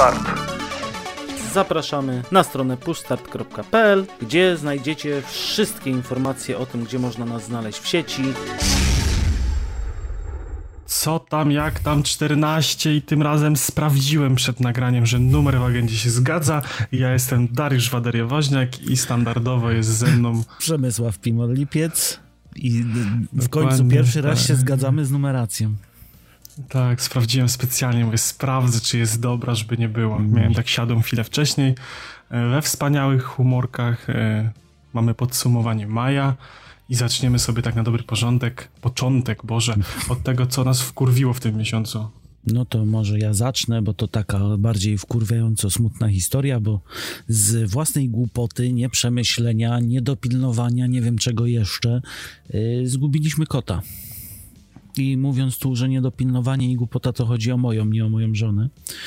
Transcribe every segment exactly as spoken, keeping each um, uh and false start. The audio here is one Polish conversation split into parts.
Start. Zapraszamy na stronę pushstart kropka p l, gdzie znajdziecie wszystkie informacje o tym, gdzie można nas znaleźć w sieci. Co tam, jak tam czternaście i tym razem sprawdziłem przed nagraniem, że numer w agendzie się zgadza. Ja jestem Dariusz Waderia-Woźniak i standardowo jest ze mną Przemysław Pimor-Lipiec i w Dokładnie, końcu pierwszy raz tak. się zgadzamy z numeracją. Tak, sprawdziłem specjalnie, mówię, sprawdzę, czy jest dobra, żeby nie było. Miałem tak siadłem chwilę wcześniej. We wspaniałych humorkach e, mamy podsumowanie maja i zaczniemy sobie tak na dobry porządek, początek, Boże, od tego, co nas wkurwiło w tym miesiącu. No to może ja zacznę, bo to taka bardziej wkurwiająco smutna historia, bo z własnej głupoty, nieprzemyślenia, niedopilnowania, nie wiem czego jeszcze, yy, zgubiliśmy kota. I mówiąc tu, że niedopilnowanie i głupota, to chodzi o moją, nie o moją żonę,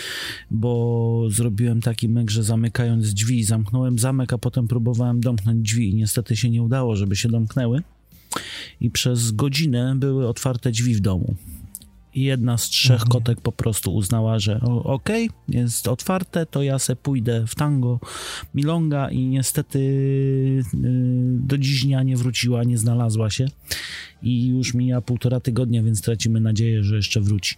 bo zrobiłem taki myk, że zamykając drzwi, zamknąłem zamek, a potem próbowałem domknąć drzwi i niestety się nie udało, żeby się domknęły i przez godzinę były otwarte drzwi w domu. I jedna z trzech mhm. kotek po prostu uznała, że okej, okay, jest otwarte, to ja se pójdę w tango milonga i niestety yy, do dziś dnia nie wróciła, nie znalazła się i już mija półtora tygodnia, więc tracimy nadzieję, że jeszcze wróci.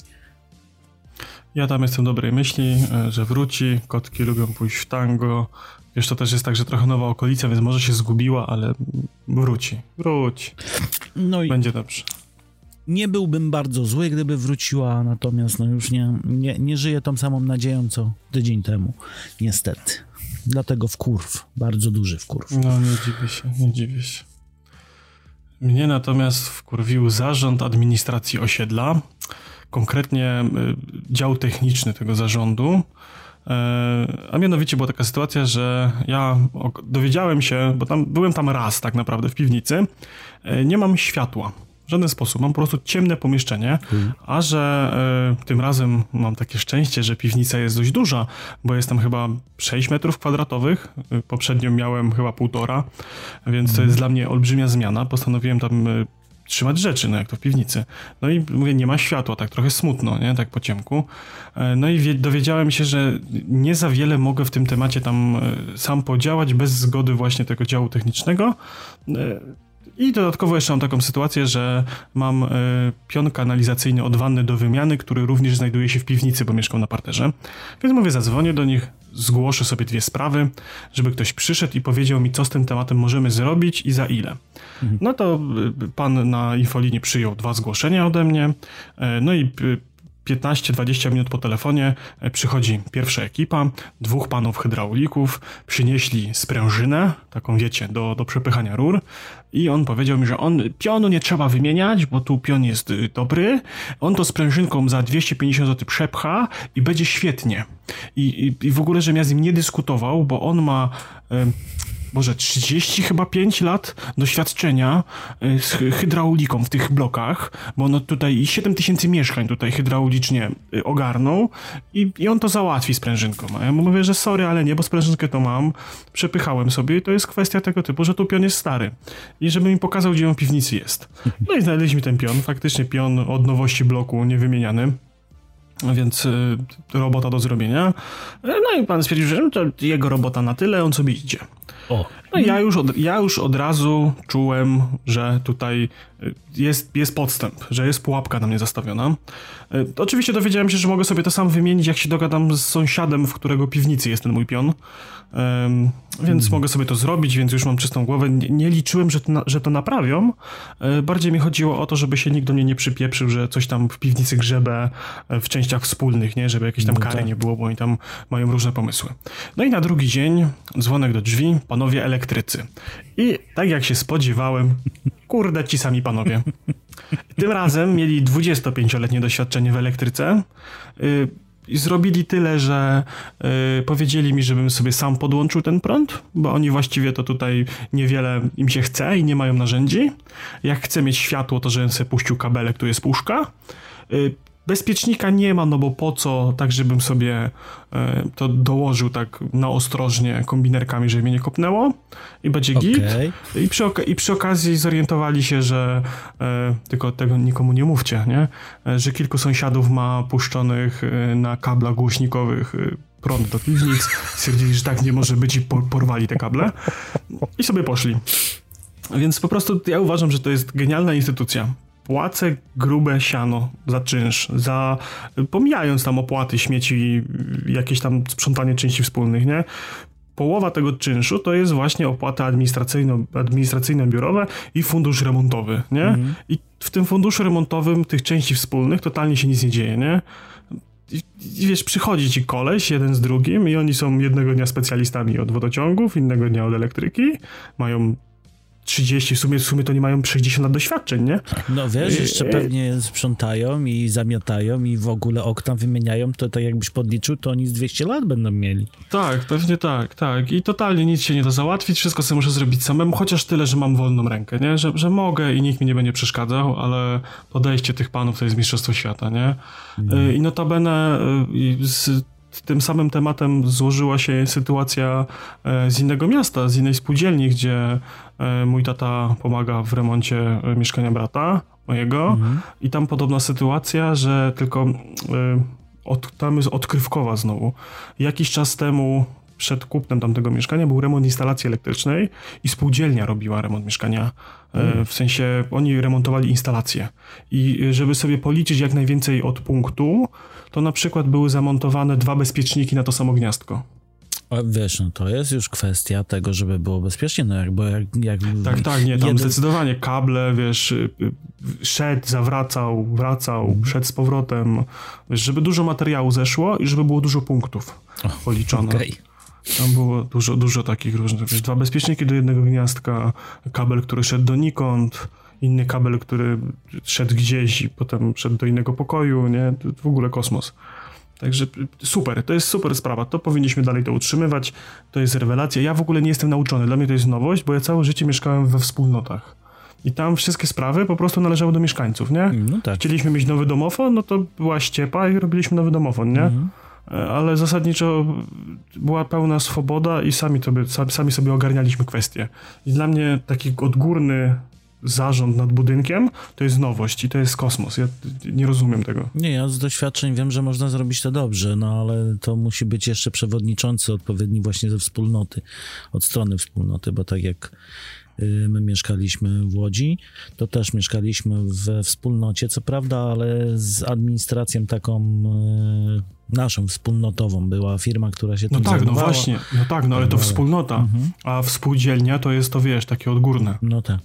Ja tam jestem dobrej myśli, że wróci, kotki lubią pójść w tango. Wiesz, to też jest tak, że trochę nowa okolica, więc może się zgubiła, ale wróci, wróci. No i będzie dobrze. Nie byłbym bardzo zły, gdyby wróciła, natomiast no już nie, nie, nie żyję tą samą nadzieją, co tydzień temu, niestety. Dlatego wkurw, bardzo duży wkurw. No nie dziwię się, nie dziwię się. Mnie natomiast wkurwił zarząd administracji osiedla, konkretnie y, dział techniczny tego zarządu, y, a mianowicie była taka sytuacja, że ja ok, dowiedziałem się, bo tam byłem tam raz tak naprawdę w piwnicy, y, nie mam światła. W żaden sposób. Mam po prostu ciemne pomieszczenie, hmm. a że y, tym razem mam takie szczęście, że piwnica jest dość duża, bo jest tam chyba sześć metrów kwadratowych. Y, poprzednio miałem chyba półtora, więc hmm. to jest dla mnie olbrzymia zmiana. Postanowiłem tam y, trzymać rzeczy, no jak to w piwnicy. No i mówię, nie ma światła, tak trochę smutno, nie? Tak po ciemku. Y, no i wie, dowiedziałem się, że nie za wiele mogę w tym temacie tam y, sam podziałać bez zgody właśnie tego działu technicznego. Y, I dodatkowo jeszcze mam taką sytuację, że mam y, pion kanalizacyjny od wanny do wymiany, który również znajduje się w piwnicy, bo mieszkam na parterze. Więc mówię, zadzwonię do nich, zgłoszę sobie dwie sprawy, żeby ktoś przyszedł i powiedział mi, co z tym tematem możemy zrobić i za ile. Mhm. No to y, pan na infolinii przyjął dwa zgłoszenia ode mnie, y, no i y, piętnaście dwadzieścia minut po telefonie przychodzi pierwsza ekipa, dwóch panów hydraulików, przynieśli sprężynę, taką wiecie, do, do przepychania rur i on powiedział mi, że on pionu nie trzeba wymieniać, bo tu pion jest dobry, on to sprężynką za dwieście pięćdziesiąt złotych przepcha i będzie świetnie. I, i, i w ogóle, żebym ja z nim nie dyskutował, bo on ma... Y, Boże, trzydzieści chyba pięć lat doświadczenia z hydrauliką w tych blokach, bo on tutaj siedem tysięcy mieszkań tutaj hydraulicznie ogarnął i, i on to załatwi sprężynką. A ja mu mówię, że sorry, ale nie, bo sprężynkę to mam, przepychałem sobie i to jest kwestia tego typu, że tu pion jest stary i żeby mi pokazał, gdzie on w piwnicy jest. No i znaleźliśmy ten pion, faktycznie pion od nowości bloku niewymieniany. Więc y, robota do zrobienia. No i pan stwierdził, że no to jego robota na tyle, on sobie idzie. O. No i ja już, od, ja już od razu czułem, że tutaj jest, jest podstęp, że jest pułapka na mnie zastawiona. Y, oczywiście dowiedziałem się, że mogę sobie to sam wymienić, jak się dogadam z sąsiadem, w którego piwnicy jest ten mój pion. Um, więc hmm. mogę sobie to zrobić, więc już mam czystą głowę. Nie, nie liczyłem, że to, na, że to naprawią. E, bardziej mi chodziło o to, żeby się nikt do mnie nie przypieprzył, że coś tam w piwnicy grzebę w częściach wspólnych, nie? Żeby jakieś tam no kary tak. nie było, bo oni tam mają różne pomysły. No i na drugi dzień dzwonek do drzwi, panowie elektrycy. I tak jak się spodziewałem, kurde, ci sami panowie. Tym razem mieli dwudziestopięcioletnie doświadczenie w elektryce. Y, I zrobili tyle, że y, powiedzieli mi, żebym sobie sam podłączył ten prąd, bo oni właściwie to tutaj niewiele im się chce i nie mają narzędzi. Jak chcę mieć światło, to żebym sobie puścił kabelek, tu jest puszka. Y, Bezpiecznika nie ma, no bo po co, tak żebym sobie e, to dołożył tak na ostrożnie kombinerkami, żeby mnie nie kopnęło i będzie git. Okay. I, przy oka- I przy okazji zorientowali się, że e, tylko tego nikomu nie mówcie, nie? E, że kilku sąsiadów ma puszczonych e, na kablach głośnikowych e, prąd do piwnic. Stwierdzili, że tak nie może być i por- porwali te kable i sobie poszli. Więc po prostu ja uważam, że to jest genialna instytucja. Płacę grube siano za czynsz, za, pomijając tam opłaty, śmieci, jakieś tam sprzątanie części wspólnych, nie? Połowa tego czynszu to jest właśnie opłaty administracyjno, administracyjno-biurowe i fundusz remontowy, nie? Mhm. I w tym funduszu remontowym tych części wspólnych totalnie się nic nie dzieje, nie? I, I wiesz, przychodzi ci koleś, jeden z drugim i oni są jednego dnia specjalistami od wodociągów, innego dnia od elektryki, mają trzydzieści, w sumie, w sumie to nie mają sześćdziesiąt lat doświadczeń, nie? No wiesz, jeszcze pewnie sprzątają i zamiatają i w ogóle okna wymieniają, to tak jakbyś podliczył, to oni z dwieście lat będą mieli. Tak, pewnie tak, tak. I totalnie nic się nie da załatwić, wszystko sobie muszę zrobić samemu, chociaż tyle, że mam wolną rękę, nie? Że, że mogę i nikt mi nie będzie przeszkadzał, ale podejście tych panów to jest mistrzostwo świata, nie? Mm. I notabene z tym samym tematem złożyła się sytuacja z innego miasta, z innej spółdzielni, gdzie mój tata pomaga w remoncie mieszkania brata mojego mhm. i tam podobna sytuacja, że tylko od, tam jest odkrywkowa znowu. Jakiś czas temu przed kupnem tamtego mieszkania był remont instalacji elektrycznej i spółdzielnia robiła remont mieszkania. Mhm. W sensie oni remontowali instalację. I żeby sobie policzyć jak najwięcej od punktu, to na przykład były zamontowane dwa bezpieczniki na to samo gniazdko. A wiesz, no to jest już kwestia tego, żeby było bezpiecznie, no jak, bo jak, jak tak, tak, nie, tam jeden... zdecydowanie kable, wiesz, szedł, zawracał, wracał, mm. szedł z powrotem, wiesz, żeby dużo materiału zeszło i żeby było dużo punktów oh, policzone. Okay. Tam było dużo, dużo takich różnych, wiesz, dwa bezpieczniki do jednego gniazdka, kabel, który szedł donikąd, inny kabel, który szedł gdzieś i potem szedł do innego pokoju, nie, to w ogóle kosmos. Także super, to jest super sprawa, to powinniśmy dalej to utrzymywać, to jest rewelacja. Ja w ogóle nie jestem nauczony, dla mnie to jest nowość, bo ja całe życie mieszkałem we wspólnotach. I tam wszystkie sprawy po prostu należały do mieszkańców, nie? No tak. Chcieliśmy mieć nowy domofon, no to była ściepa i robiliśmy nowy domofon, nie? Mhm. Ale zasadniczo była pełna swoboda i sami, to by, sami sobie ogarnialiśmy kwestie. I dla mnie taki odgórny zarząd nad budynkiem to jest nowość i to jest kosmos. Ja nie rozumiem tego. Nie, ja z doświadczeń wiem, że można zrobić to dobrze, no ale to musi być jeszcze przewodniczący odpowiedni właśnie ze wspólnoty, od strony wspólnoty, bo tak jak my mieszkaliśmy w Łodzi, to też mieszkaliśmy we wspólnocie, co prawda, ale z administracją taką e, naszą wspólnotową. Była firma, która się no tym tak, zajmowała. No właśnie, no tak, no ale to wspólnota, mhm. a współdzielnia to jest to, wiesz, takie odgórne. No tak.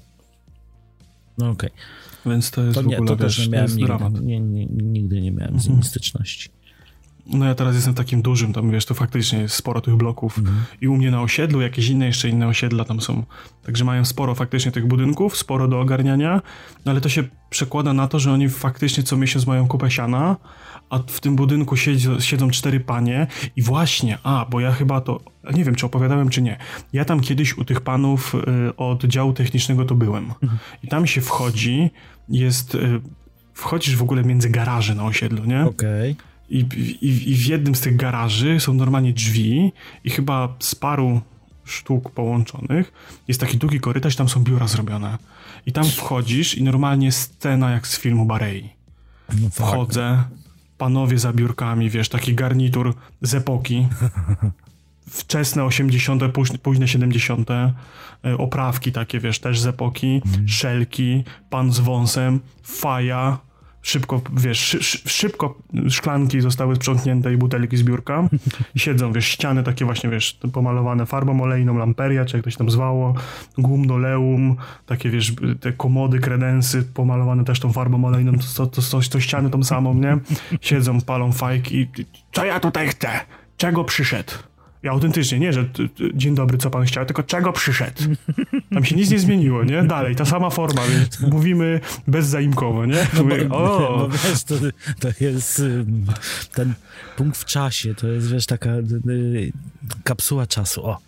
No okej. Okay. Więc to jest to w nie, ogóle, to wiesz, też nie miałem nigdy, nie, nie, nigdy nie miałem mhm. z nimi styczności. No ja teraz jestem takim dużym, tam wiesz, to faktycznie jest sporo tych bloków mhm. i u mnie na osiedlu jakieś inne, jeszcze inne osiedla tam są, także mają sporo faktycznie tych budynków, sporo do ogarniania, no ale to się przekłada na to, że oni faktycznie co miesiąc mają kupę siana, a w tym budynku siedzą, siedzą cztery panie i właśnie, a, bo ja chyba to, nie wiem, czy opowiadałem, czy nie, ja tam kiedyś u tych panów y, od działu technicznego to byłem mhm. i tam się wchodzi, jest, y, wchodzisz w ogóle między garaże na osiedlu, nie? Okej. Okay. I, i, I w jednym z tych garaży są normalnie drzwi i chyba z paru sztuk połączonych jest taki długi korytarz, tam są biura zrobione. I tam wchodzisz i normalnie scena jak z filmu Barei. No Wchodzę, panowie za biurkami, wiesz, taki garnitur z epoki. Wczesne osiemdziesiąte, późne siedemdziesiąte, oprawki takie, wiesz, też z epoki, mm. szelki, pan z wąsem, faja. Szybko, wiesz, szy, szy, szybko szklanki zostały sprzątnięte i butelki z biurka. I siedzą, wiesz, ściany takie właśnie, wiesz, pomalowane farbą olejną, lamperia, czy jak to się tam zwało, gumnoleum, takie, wiesz, te komody, kredensy pomalowane też tą farbą olejną, to, to, to, to ściany tą samą, nie? Siedzą, palą fajki. Co ja tutaj chcę? Czego przyszedł? I autentycznie, nie, że t, t, dzień dobry, co pan chciał, tylko czego przyszedł. Tam się nic nie zmieniło, nie? Dalej, ta sama forma, więc mówimy bezzaimkowo, nie? No bo, o! Bo wiesz, to, to jest ten punkt w czasie, to jest, wiesz, taka y, kapsuła czasu, o.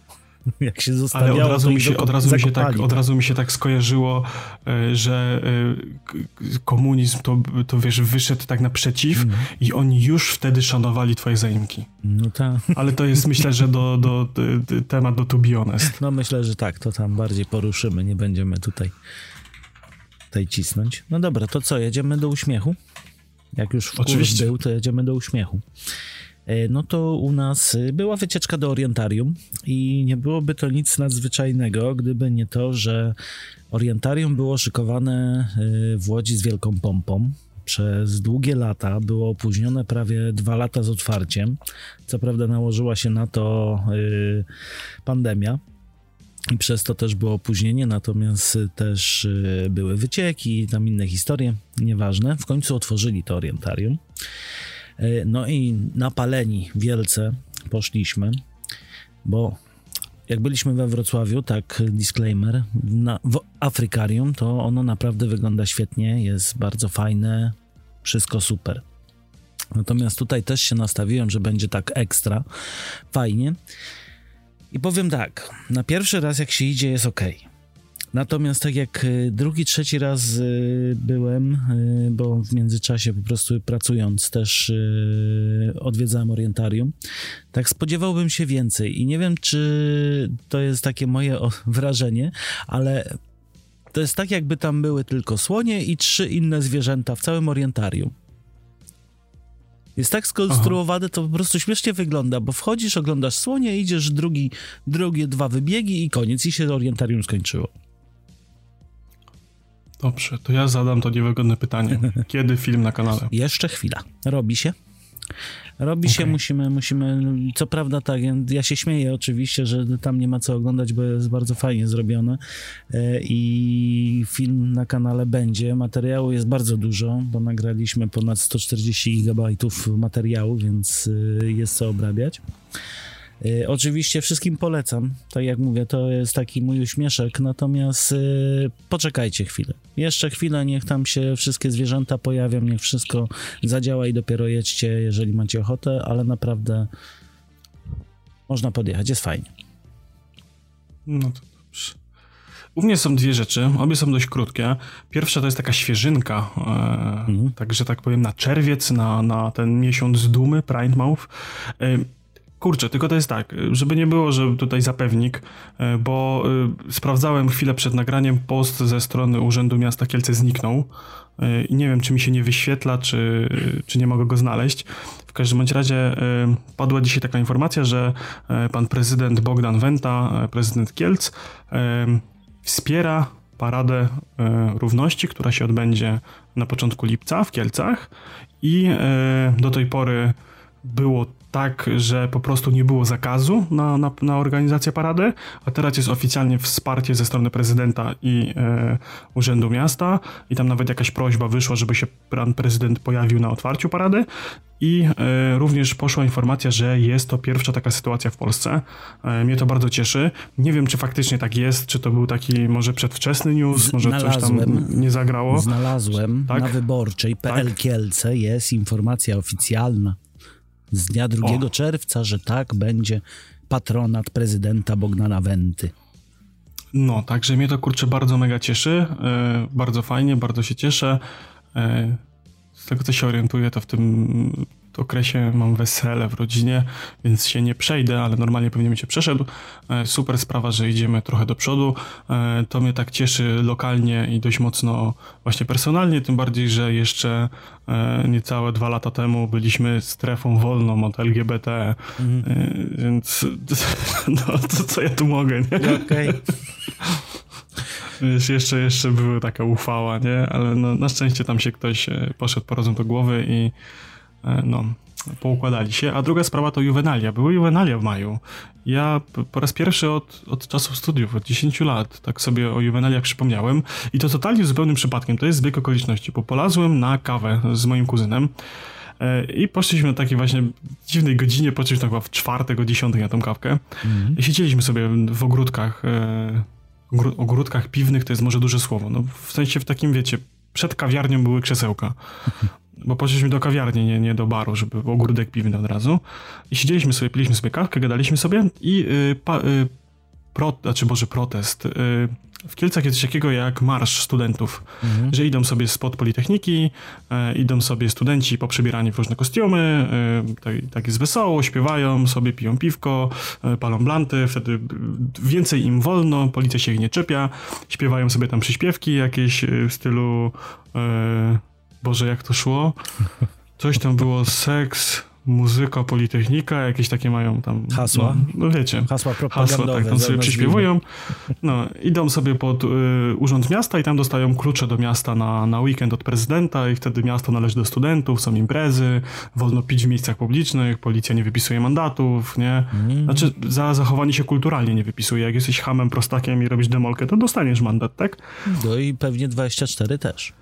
Jak się zostawiało, ale od razu, to mi się, od, razu mi się tak, zakopali, od razu mi się tak skojarzyło, że komunizm to, to wiesz, wyszedł tak naprzeciw mm. i oni już wtedy szanowali twoje zaimki. No tak. Ale to jest, myślę, że do, do, do, temat do to be honest. No myślę, że tak, to tam bardziej poruszymy, nie będziemy tutaj, tutaj cisnąć. No dobra, to co, jedziemy do uśmiechu? Jak już wkurw był, to jedziemy do uśmiechu. No to u nas była wycieczka do Orientarium i nie byłoby to nic nadzwyczajnego, gdyby nie to, że Orientarium było szykowane w Łodzi z wielką pompą. Przez długie lata, było opóźnione prawie dwa lata z otwarciem. Co prawda nałożyła się na to yy, pandemia i przez to też było opóźnienie, natomiast też yy, były wycieki i tam inne historie, nieważne. W końcu otworzyli to Orientarium. Yy, no i napaleni wielce poszliśmy, bo jak byliśmy we Wrocławiu, tak disclaimer, na, w Afrykarium to ono naprawdę wygląda świetnie, jest bardzo fajne, wszystko super. Natomiast tutaj też się nastawiłem, że będzie tak ekstra fajnie i powiem tak, na pierwszy raz jak się idzie jest ok. Natomiast tak jak drugi, trzeci raz byłem, bo w międzyczasie po prostu pracując też odwiedzałem Orientarium, tak spodziewałbym się więcej i nie wiem, czy to jest takie moje wrażenie, ale to jest tak, jakby tam były tylko słonie i trzy inne zwierzęta w całym Orientarium. Jest tak skonstruowane, to po prostu śmiesznie wygląda, bo wchodzisz, oglądasz słonie, idziesz drugi, drugie dwa wybiegi i koniec, i się Orientarium skończyło. Dobrze, to ja zadam to niewygodne pytanie. Kiedy film na kanale? Jeszcze chwila. Robi się. Robi okay. się, musimy, musimy, co prawda tak, ja się śmieję oczywiście, że tam nie ma co oglądać, bo jest bardzo fajnie zrobione i film na kanale będzie, materiału jest bardzo dużo, bo nagraliśmy ponad sto czterdzieści gigabajtów materiału, więc jest co obrabiać. Y, oczywiście wszystkim polecam, tak jak mówię, to jest taki mój uśmieszek, natomiast y, poczekajcie chwilę, jeszcze chwilę, niech tam się wszystkie zwierzęta pojawią, niech wszystko zadziała i dopiero jedźcie, jeżeli macie ochotę, ale naprawdę można podjechać, jest fajnie. No to dobrze. U mnie są dwie rzeczy, obie są dość krótkie. Pierwsza to jest taka świeżynka, e, mhm. także tak powiem na czerwiec, na, na ten miesiąc dumy, Pride-Mouth. E, Kurczę, tylko to jest tak, żeby nie było, że tutaj zapewnik, bo y, sprawdzałem chwilę przed nagraniem, post ze strony Urzędu Miasta Kielce zniknął y, i nie wiem, czy mi się nie wyświetla, czy, czy nie mogę go znaleźć. W każdym bądź razie y, padła dzisiaj taka informacja, że y, pan prezydent Bogdan Wenta, y, prezydent Kielc, y, wspiera Paradę y, Równości, która się odbędzie na początku lipca w Kielcach i y, do tej pory było tak, że po prostu nie było zakazu na, na, na organizację parady, a teraz jest oficjalnie wsparcie ze strony prezydenta i e, Urzędu Miasta i tam nawet jakaś prośba wyszła, żeby się pan prezydent pojawił na otwarciu parady i e, również poszła informacja, że jest to pierwsza taka sytuacja w Polsce. E, mnie to bardzo cieszy. Nie wiem, czy faktycznie tak jest, czy to był taki może przedwczesny news, może coś tam nie zagrało. Znalazłem tak? na wyborczej P L tak? Kielce jest informacja oficjalna z dnia drugiego czerwca, że tak będzie patronat prezydenta Bogdana Wenty. No, także mnie to kurczę bardzo mega cieszy, yy, bardzo fajnie, bardzo się cieszę. Yy, z tego co się orientuję, to w tym okresie mam wesele w rodzinie, więc się nie przejdę, ale normalnie pewnie bym się przeszedł. Yy, super sprawa, że idziemy trochę do przodu. Yy, to mnie tak cieszy lokalnie i dość mocno właśnie personalnie, tym bardziej, że jeszcze yy, niecałe dwa lata temu byliśmy strefą wolną od L G B T, mhm. yy, więc no to co ja tu mogę, nie? Okej. Okay. Wiesz, jeszcze, jeszcze była taka uchwała, nie? Ale no, na szczęście tam się ktoś poszedł po rozum do głowy i no, poukładali się. A druga sprawa to juwenalia. Były juwenalia w maju. Ja po raz pierwszy od, od czasów studiów, od dziesięciu lat, tak sobie o juwenaliach przypomniałem i to totalnie zupełnym przypadkiem. To jest zbieg okoliczności, bo polazłem na kawę z moim kuzynem i poszliśmy na takiej właśnie dziwnej godzinie, poszliśmy chyba w czwartek o dziesiątej na tą kawkę mm-hmm. i siedzieliśmy sobie w ogródkach ogródkach piwnych, to jest może duże słowo. No, w sensie w takim, wiecie, przed kawiarnią były krzesełka. Bo poszliśmy do kawiarni, nie, nie do baru, żeby ogródek piwny od razu. I siedzieliśmy sobie, piliśmy sobie kawkę, gadaliśmy sobie i y, pa, y, pro, znaczy Boże, protest. W Kielcach jest coś takiego jak marsz studentów, mhm. że idą sobie spod Politechniki, e, idą sobie studenci poprzebierani w różne kostiumy, e, tak, tak jest wesoło, śpiewają sobie, piją piwko, e, palą blanty, wtedy więcej im wolno, policja się ich nie czepia, śpiewają sobie tam przyśpiewki jakieś w stylu, e, Boże, jak to szło? Coś tam było, seks... Muzyka, Politechnika, jakieś takie mają tam... Hasła. No, no wiecie. Hasła propagandowe. Hasła, tak, tam sobie przyśpiewują. No, idą sobie pod y, Urząd Miasta i tam dostają klucze do miasta na, na weekend od prezydenta i wtedy miasto należy do studentów, są imprezy, wolno pić w miejscach publicznych, policja nie wypisuje mandatów, nie? Mm. Znaczy, za zachowanie się kulturalnie nie wypisuje. Jak jesteś hamem, prostakiem i robisz demolkę, to dostaniesz mandat, tak? No i pewnie dwadzieścia cztery też.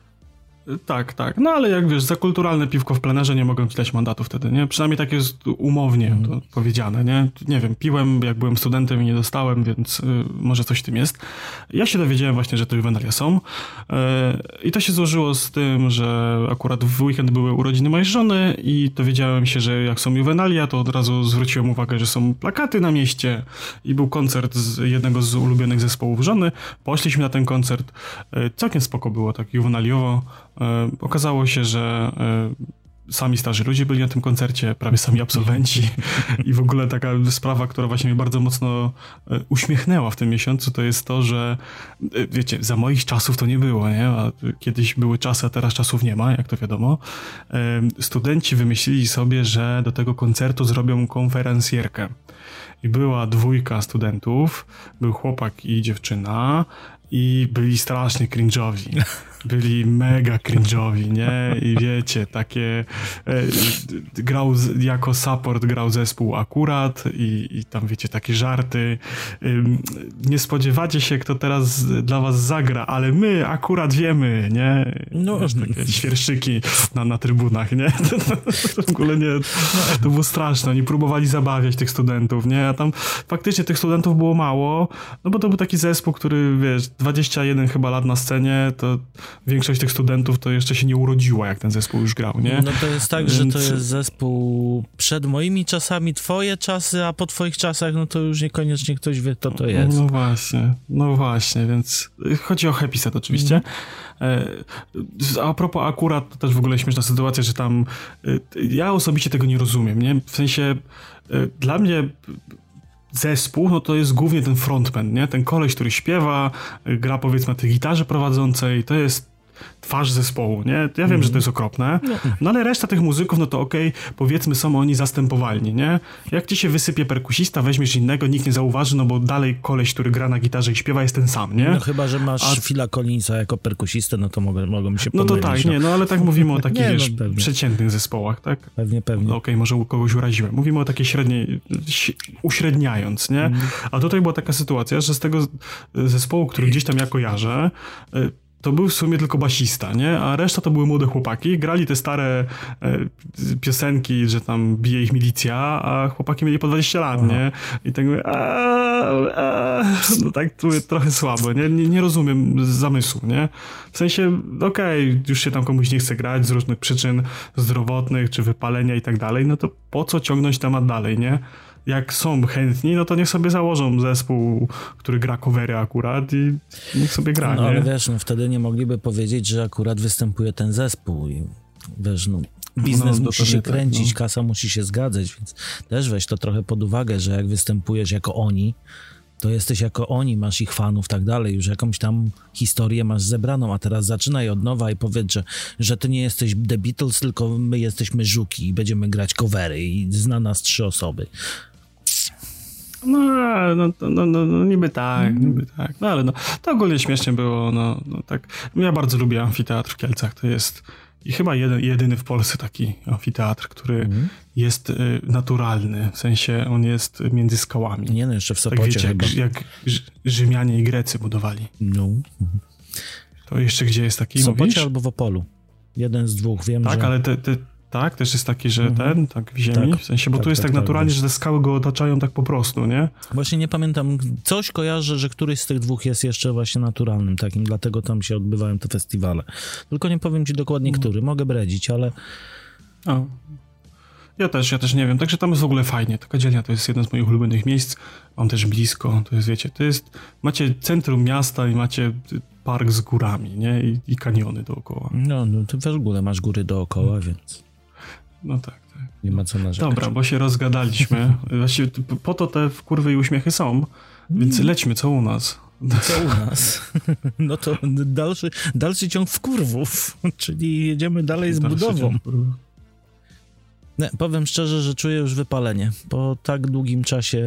Tak, tak. No ale jak wiesz, za kulturalne piwko w plenerze nie mogą ci dać mandatu wtedy, nie? Przynajmniej tak jest umownie mm. to powiedziane, nie? Nie wiem, piłem jak byłem studentem i nie dostałem, więc y, może coś w tym jest. Ja się dowiedziałem właśnie, że te juwenalia są. Y, I to się złożyło z tym, że akurat w weekend były urodziny mojej żony i dowiedziałem się, że jak są juwenalia, to od razu zwróciłem uwagę, że są plakaty na mieście i był koncert z jednego z ulubionych zespołów żony. Poszliśmy na ten koncert. Y, całkiem spoko było, tak juwenaliowo. E, okazało się, że e, sami starzy ludzie byli na tym koncercie, prawie sami absolwenci i w ogóle taka sprawa, która właśnie mnie bardzo mocno e, uśmiechnęła w tym miesiącu, to jest to, że e, wiecie, za moich czasów to nie było, nie? A kiedyś były czasy, a teraz czasów nie ma, jak to wiadomo. E, studenci wymyślili sobie, że do tego koncertu zrobią konferencjerkę. I była dwójka studentów, był chłopak i dziewczyna i byli strasznie cringe'owi. Byli mega cringe'owi, nie? I wiecie, takie... E, grał z, jako support grał zespół akurat i, i tam, wiecie, takie żarty. E, nie spodziewacie się, kto teraz dla was zagra, ale my akurat wiemy, nie? No. Wiesz, takie świerszczyki na, na trybunach, nie? To, to, to w ogóle nie... To było straszne. Oni próbowali zabawiać tych studentów, nie? A tam faktycznie tych studentów było mało, no bo to był taki zespół, który, wiesz, dwadzieścia jeden chyba lat na scenie, to większość tych studentów to jeszcze się nie urodziła, jak ten zespół już grał, nie? No to jest tak, Więc... że to jest zespół przed moimi czasami, twoje czasy, a po twoich czasach, no to już niekoniecznie ktoś wie, kto to jest. No właśnie, no właśnie, więc chodzi o Happy Set oczywiście. Mm. A propos akurat, to też w ogóle śmieszna sytuacja, że tam ja osobiście tego nie rozumiem, nie? W sensie dla mnie zespół, no to jest głównie ten frontman, nie? Ten koleś, który śpiewa, gra powiedzmy na tej gitarze prowadzącej, to jest twarz zespołu, nie? Ja wiem, mm. że to jest okropne, no ale reszta tych muzyków, no to okej, okay, powiedzmy są oni zastępowalni, nie? Jak ci się wysypie perkusista, weźmiesz innego, nikt nie zauważy, no bo dalej koleś, który gra na gitarze i śpiewa, jest ten sam, nie? No chyba, że masz A... Phila Collinsa jako perkusistę, no to mogą, mogą mi się No pomylić. to tak, no. nie, no ale tak mówimy o takich, nie, wiesz, no, przeciętnych zespołach, tak? Pewnie, pewnie. No okej, okay, może u kogoś uraziłem. Mówimy o takiej średniej, uśredniając, nie? Mm. A tutaj była taka sytuacja, że z tego zespołu, który gdzieś tam ja kojarzę, to był w sumie tylko basista, nie? A reszta to były młode chłopaki. Grali te stare e, piosenki, że tam bije ich milicja, a chłopaki mieli po dwadzieścia lat, Aha. nie? I tak mówię, a, a, no tak to trochę słabo, nie? nie? Nie rozumiem zamysłu, nie? W sensie, okej, okay, już się tam komuś nie chce grać z różnych przyczyn zdrowotnych, czy wypalenia i tak dalej, no to po co ciągnąć temat dalej, nie? Jak są chętni, no to niech sobie założą zespół, który gra covery akurat i niech sobie gra, No nie? ale wiesz, no wtedy nie mogliby powiedzieć, że akurat występuje ten zespół i wiesz, no biznes no, musi się kręcić, tak, no. Kasa musi się zgadzać, więc też weź to trochę pod uwagę, że jak występujesz jako oni, to jesteś jako oni, masz ich fanów, tak dalej, już jakąś tam historię masz zebraną, a teraz zaczynaj od nowa i powiedz, że, że ty nie jesteś The Beatles, tylko my jesteśmy Żuki i będziemy grać covery i zna nas trzy osoby. No, no, no, no, no niby tak, mm. niby tak. No ale no, to ogólnie śmiesznie było, no, no tak. Ja bardzo lubię amfiteatr w Kielcach, to jest i chyba jeden, jedyny w Polsce taki amfiteatr, który mm. jest y, naturalny, w sensie on jest między skałami. Nie no, jeszcze w Sopocie tak wiecie, chyba. Jak, jak Rzymianie i Grecy budowali. No. To jeszcze gdzie jest taki, w Sopocie mówisz? Albo w Opolu. Jeden z dwóch, wiem, tak, że... Tak, ale te... te Tak, też jest taki, że mhm. ten, tak w ziemi, tak, w sensie, bo tak, tu jest tak, tak naturalnie, tak, że te skały go otaczają tak po prostu, nie? Właśnie nie pamiętam, coś kojarzę, że któryś z tych dwóch jest jeszcze właśnie naturalnym takim, dlatego tam się odbywają te festiwale. Tylko nie powiem ci dokładnie, który, mogę bredzić, ale... O. Ja też, ja też nie wiem. Także tam jest w ogóle fajnie. Taka dzielnia to jest jedno z moich ulubionych miejsc. Mam też blisko. To jest, wiecie, to jest... Macie centrum miasta i macie park z górami, nie? I, i kaniony dookoła. No, no ty w ogóle masz góry dookoła, więc... No tak, tak. Nie ma co narzekać. Dobra, bo się rozgadaliśmy. Właściwie po to te kurwy i uśmiechy są, więc lećmy, co u nas? Co u nas? No to dalszy, dalszy ciąg wkurwów, czyli jedziemy dalej z Dalszy budową. ciąg. Nie, powiem szczerze, że czuję już wypalenie. Po tak długim czasie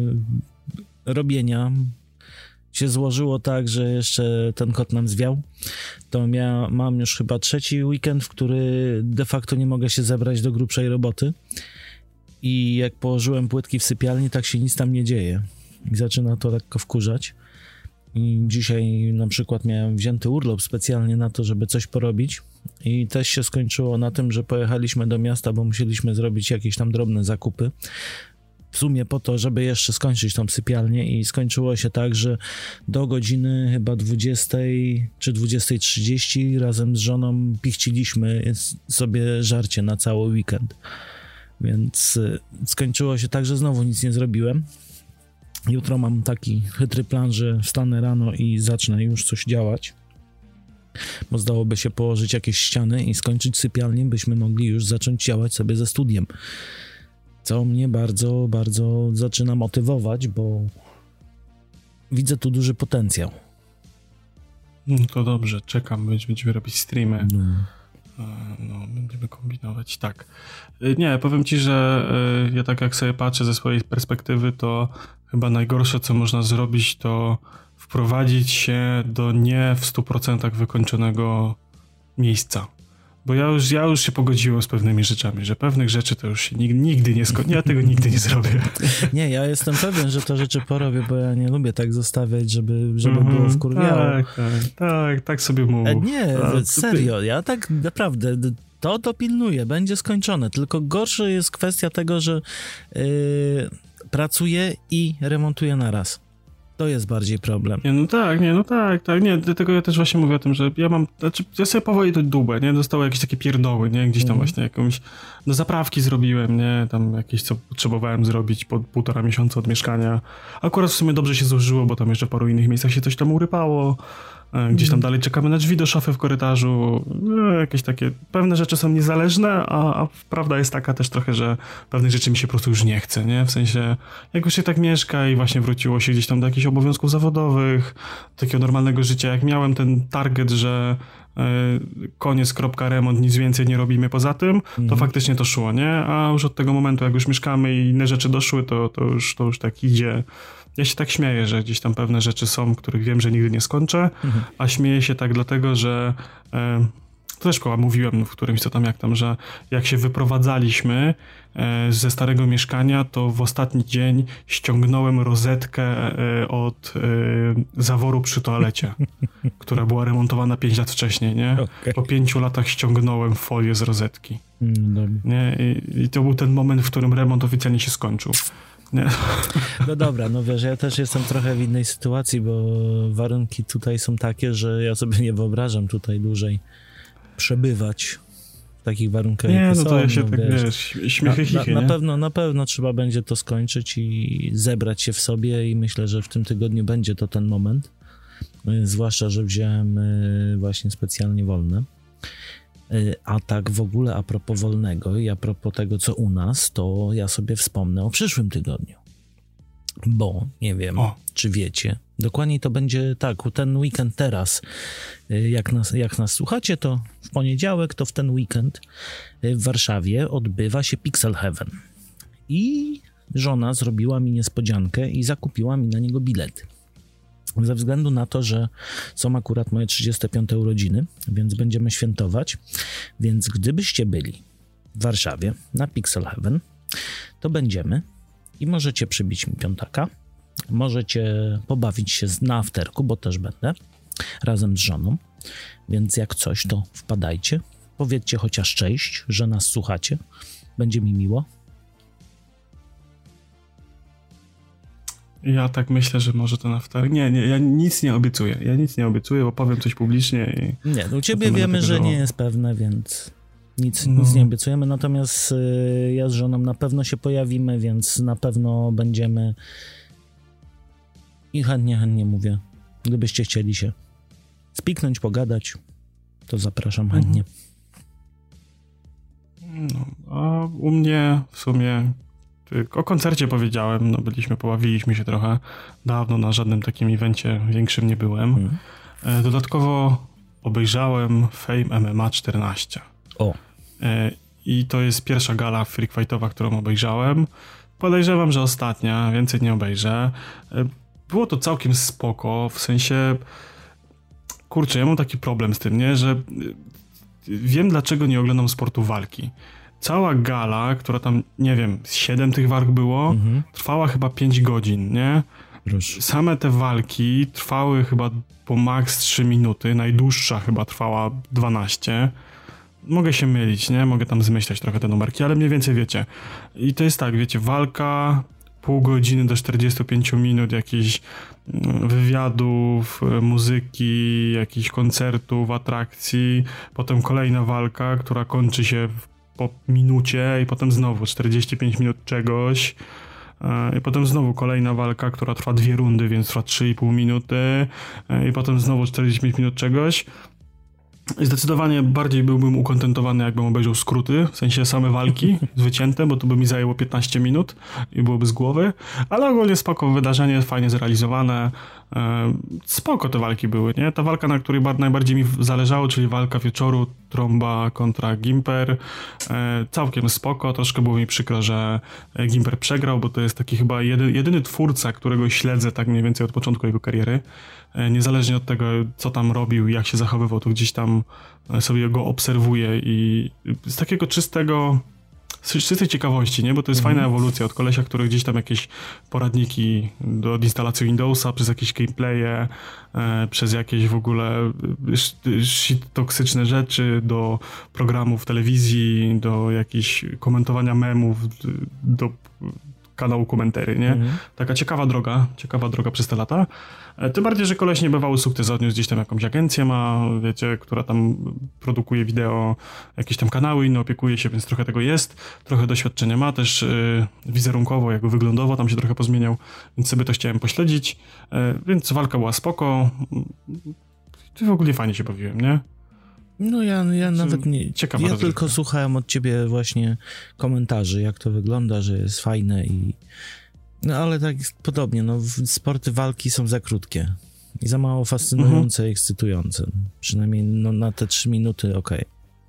robienia się złożyło tak, że jeszcze ten kot nam zwiał. To ja mam już chyba trzeci weekend, w który de facto nie mogę się zebrać do grubszej roboty. I jak położyłem płytki w sypialni, tak się nic tam nie dzieje. I zaczyna to lekko wkurzać. I dzisiaj na przykład miałem wzięty urlop specjalnie na to, żeby coś porobić. I też się skończyło na tym, że pojechaliśmy do miasta, bo musieliśmy zrobić jakieś tam drobne zakupy. W sumie po to, żeby jeszcze skończyć tą sypialnię i skończyło się tak, że do godziny chyba dwudziestej czy dwudziestej trzydzieści razem z żoną pichciliśmy sobie żarcie na cały weekend. Więc skończyło się tak, że znowu nic nie zrobiłem. Jutro mam taki chytry plan, że wstanę rano i zacznę już coś działać. Bo zdałoby się położyć jakieś ściany i skończyć sypialnię, byśmy mogli już zacząć działać sobie ze studiem. Co mnie bardzo, bardzo zaczyna motywować, bo widzę tu duży potencjał. No to dobrze, czekam, będziemy robić streamy. No. No, będziemy kombinować, tak. Nie, powiem ci, że ja tak jak sobie patrzę ze swojej perspektywy, to chyba najgorsze, co można zrobić, to wprowadzić się do nie w stu procentach wykończonego miejsca. Bo ja już, ja już się pogodziłem z pewnymi rzeczami, że pewnych rzeczy to już się nigdy, nigdy nie skończy. Ja tego nigdy nie zrobię. Nie, ja jestem pewien, że te rzeczy porobię, bo ja nie lubię tak zostawiać, żeby, żeby mm-hmm, było wkurwiało. Tak, tak, tak, tak sobie mów. E, nie, A, serio, ja tak naprawdę to dopilnuję, będzie skończone, tylko gorsza jest kwestia tego, że yy, pracuję i remontuję naraz. To jest bardziej problem. Nie, no tak, nie, no tak, tak, nie, dlatego ja też właśnie mówię o tym, że ja mam, znaczy ja sobie powoli to dubę, nie, dostało jakieś takie pierdoły, nie, gdzieś tam mm. właśnie jakąś, do zaprawki zrobiłem, nie, tam jakieś, co potrzebowałem zrobić po półtora miesiąca od mieszkania. Akurat w sumie dobrze się złożyło, bo tam jeszcze w paru innych miejscach się coś tam urypało. Gdzieś tam dalej czekamy na drzwi do szafy w korytarzu, no, jakieś takie, pewne rzeczy są niezależne, a, a prawda jest taka też trochę, że pewnych rzeczy mi się po prostu już nie chce, nie, w sensie, jak już się tak mieszka i właśnie wróciło się gdzieś tam do jakichś obowiązków zawodowych, takiego normalnego życia, jak miałem ten target, że y, koniec, kropka, remont, nic więcej nie robimy poza tym, to mhm. faktycznie to szło, nie, a już od tego momentu, jak już mieszkamy i inne rzeczy doszły, to, to, już, to już tak idzie. Ja się tak śmieję, że gdzieś tam pewne rzeczy są, których wiem, że nigdy nie skończę, mhm. a śmieję się tak dlatego, że e, to też koła mówiłem w którymś co tam jak tam, że jak się wyprowadzaliśmy e, ze starego mieszkania, to w ostatni dzień ściągnąłem rozetkę e, od e, zaworu przy toalecie, która była remontowana pięć lat wcześniej, nie? Okay. Po pięciu latach ściągnąłem folię z rozetki. Mm, nie? I, I to był ten moment, w którym remont oficjalnie się skończył. Nie. No dobra, no wiesz, ja też jestem trochę w innej sytuacji, bo warunki tutaj są takie, że ja sobie nie wyobrażam tutaj dłużej przebywać w takich warunkach. Nie, no są, to ja się no, tak, wiesz, wiesz, śmiechy, na, chichy, na, nie? na pewno, na pewno trzeba będzie to skończyć i zebrać się w sobie i myślę, że w tym tygodniu będzie to ten moment, zwłaszcza, że wziąłem właśnie specjalnie wolne. A tak w ogóle a propos wolnego i a propos tego, co u nas, to ja sobie wspomnę o przyszłym tygodniu. Bo, nie wiem, o. czy wiecie, dokładnie to będzie tak, ten weekend teraz, jak nas, jak nas słuchacie, to w poniedziałek, to w ten weekend w Warszawie odbywa się Pixel Heaven. I żona zrobiła mi niespodziankę i zakupiła mi na niego bilety. Ze względu na to, że są akurat moje trzydzieste piąte urodziny, więc będziemy świętować. Więc gdybyście byli w Warszawie na Pixel Heaven, to będziemy i możecie przybić mi piątaka. Możecie pobawić się na afterku, bo też będę razem z żoną. Więc jak coś, to wpadajcie. Powiedzcie chociaż cześć, że nas słuchacie. Będzie mi miło. Ja tak myślę, że może to na wtorek. Nie, nie, ja nic nie obiecuję. Ja nic nie obiecuję, bo powiem coś publicznie i... Nie, no u ciebie wiemy, że nie jest pewne, więc... Nic, No. nic nie obiecujemy, natomiast y, ja z żoną na pewno się pojawimy, więc na pewno będziemy i chętnie, chętnie mówię, gdybyście chcieli się spiknąć, pogadać, to zapraszam chętnie. No, a u mnie w sumie o koncercie powiedziałem, no byliśmy, pobawiliśmy się trochę. Dawno na żadnym takim evencie większym nie byłem. Mhm. E, Dodatkowo obejrzałem Fame M M A czternaście. O. E, I to jest pierwsza gala freak fightowa, którą obejrzałem. Podejrzewam, że ostatnia, więcej nie obejrzę. E, Było to całkiem spoko, w sensie kurczę, ja mam taki problem z tym, nie, że y, wiem, dlaczego nie oglądam sportu walki. Cała gala, która tam, nie wiem, siedem tych walk było, Mhm. trwała chyba pięć godzin, nie? Proszę. Same te walki trwały chyba po maks trzy minuty, najdłuższa chyba trwała dwanaście. Mogę się mylić, nie? Mogę tam zmyślać trochę te numerki, ale mniej więcej wiecie. I to jest tak, wiecie, walka, pół godziny do czterdziestu pięciu minut jakichś mm, wywiadów, e, muzyki, jakichś koncertów, atrakcji, potem kolejna walka, która kończy się w- po minucie i potem znowu czterdzieści pięć minut czegoś. E, I potem znowu kolejna walka, która trwa dwie rundy, więc trwa trzy i pół minuty. E, I potem znowu czterdzieści pięć minut czegoś. I zdecydowanie bardziej byłbym ukontentowany, jakbym obejrzał skróty, w sensie same walki wycięte, bo to by mi zajęło piętnaście minut i byłoby z głowy. Ale ogólnie spoko wydarzenie, fajnie zrealizowane. E, Spoko te walki były, nie? Ta walka, na której bar- najbardziej mi w- zależało, czyli walka wieczoru, Tromba kontra Gimper. E, Całkiem spoko, troszkę było mi przykro, że e, Gimper przegrał, bo to jest taki chyba jedy, jedyny twórca, którego śledzę tak mniej więcej od początku jego kariery. E, Niezależnie od tego, co tam robił, jak się zachowywał, to gdzieś tam e, sobie go obserwuję i z takiego czystego, z czystej ciekawości, nie? Bo to jest Mhm. fajna ewolucja od kolesia, który gdzieś tam jakieś poradniki do od instalacji Windowsa, przez jakieś gameplaye, e, przez jakieś w ogóle e, sz- shit toksyczne rzeczy, do programów telewizji, do jakichś komentowania memów, d- do kanału Komentery, nie? Mhm. Taka ciekawa droga, ciekawa droga przez te lata. E, Tym bardziej, że koleś niebywały sukces odniósł, gdzieś tam jakąś agencję ma, wiecie, która tam produkuje wideo, jakieś tam kanały inne, opiekuje się, więc trochę tego jest, trochę doświadczenia ma też y, wizerunkowo, jakby wyglądowo tam się trochę pozmieniał, więc sobie to chciałem pośledzić, e, więc walka była spoko. Ty w ogóle fajnie się bawiłem, nie? No ja, ja nawet nie... ciekawa Ja rozrywka. tylko słuchałem od ciebie właśnie komentarzy, jak to wygląda, że jest fajne i... No ale tak podobnie, no w- sporty walki są za krótkie i za mało fascynujące i ekscytujące. Przynajmniej no, na te trzy minuty okej.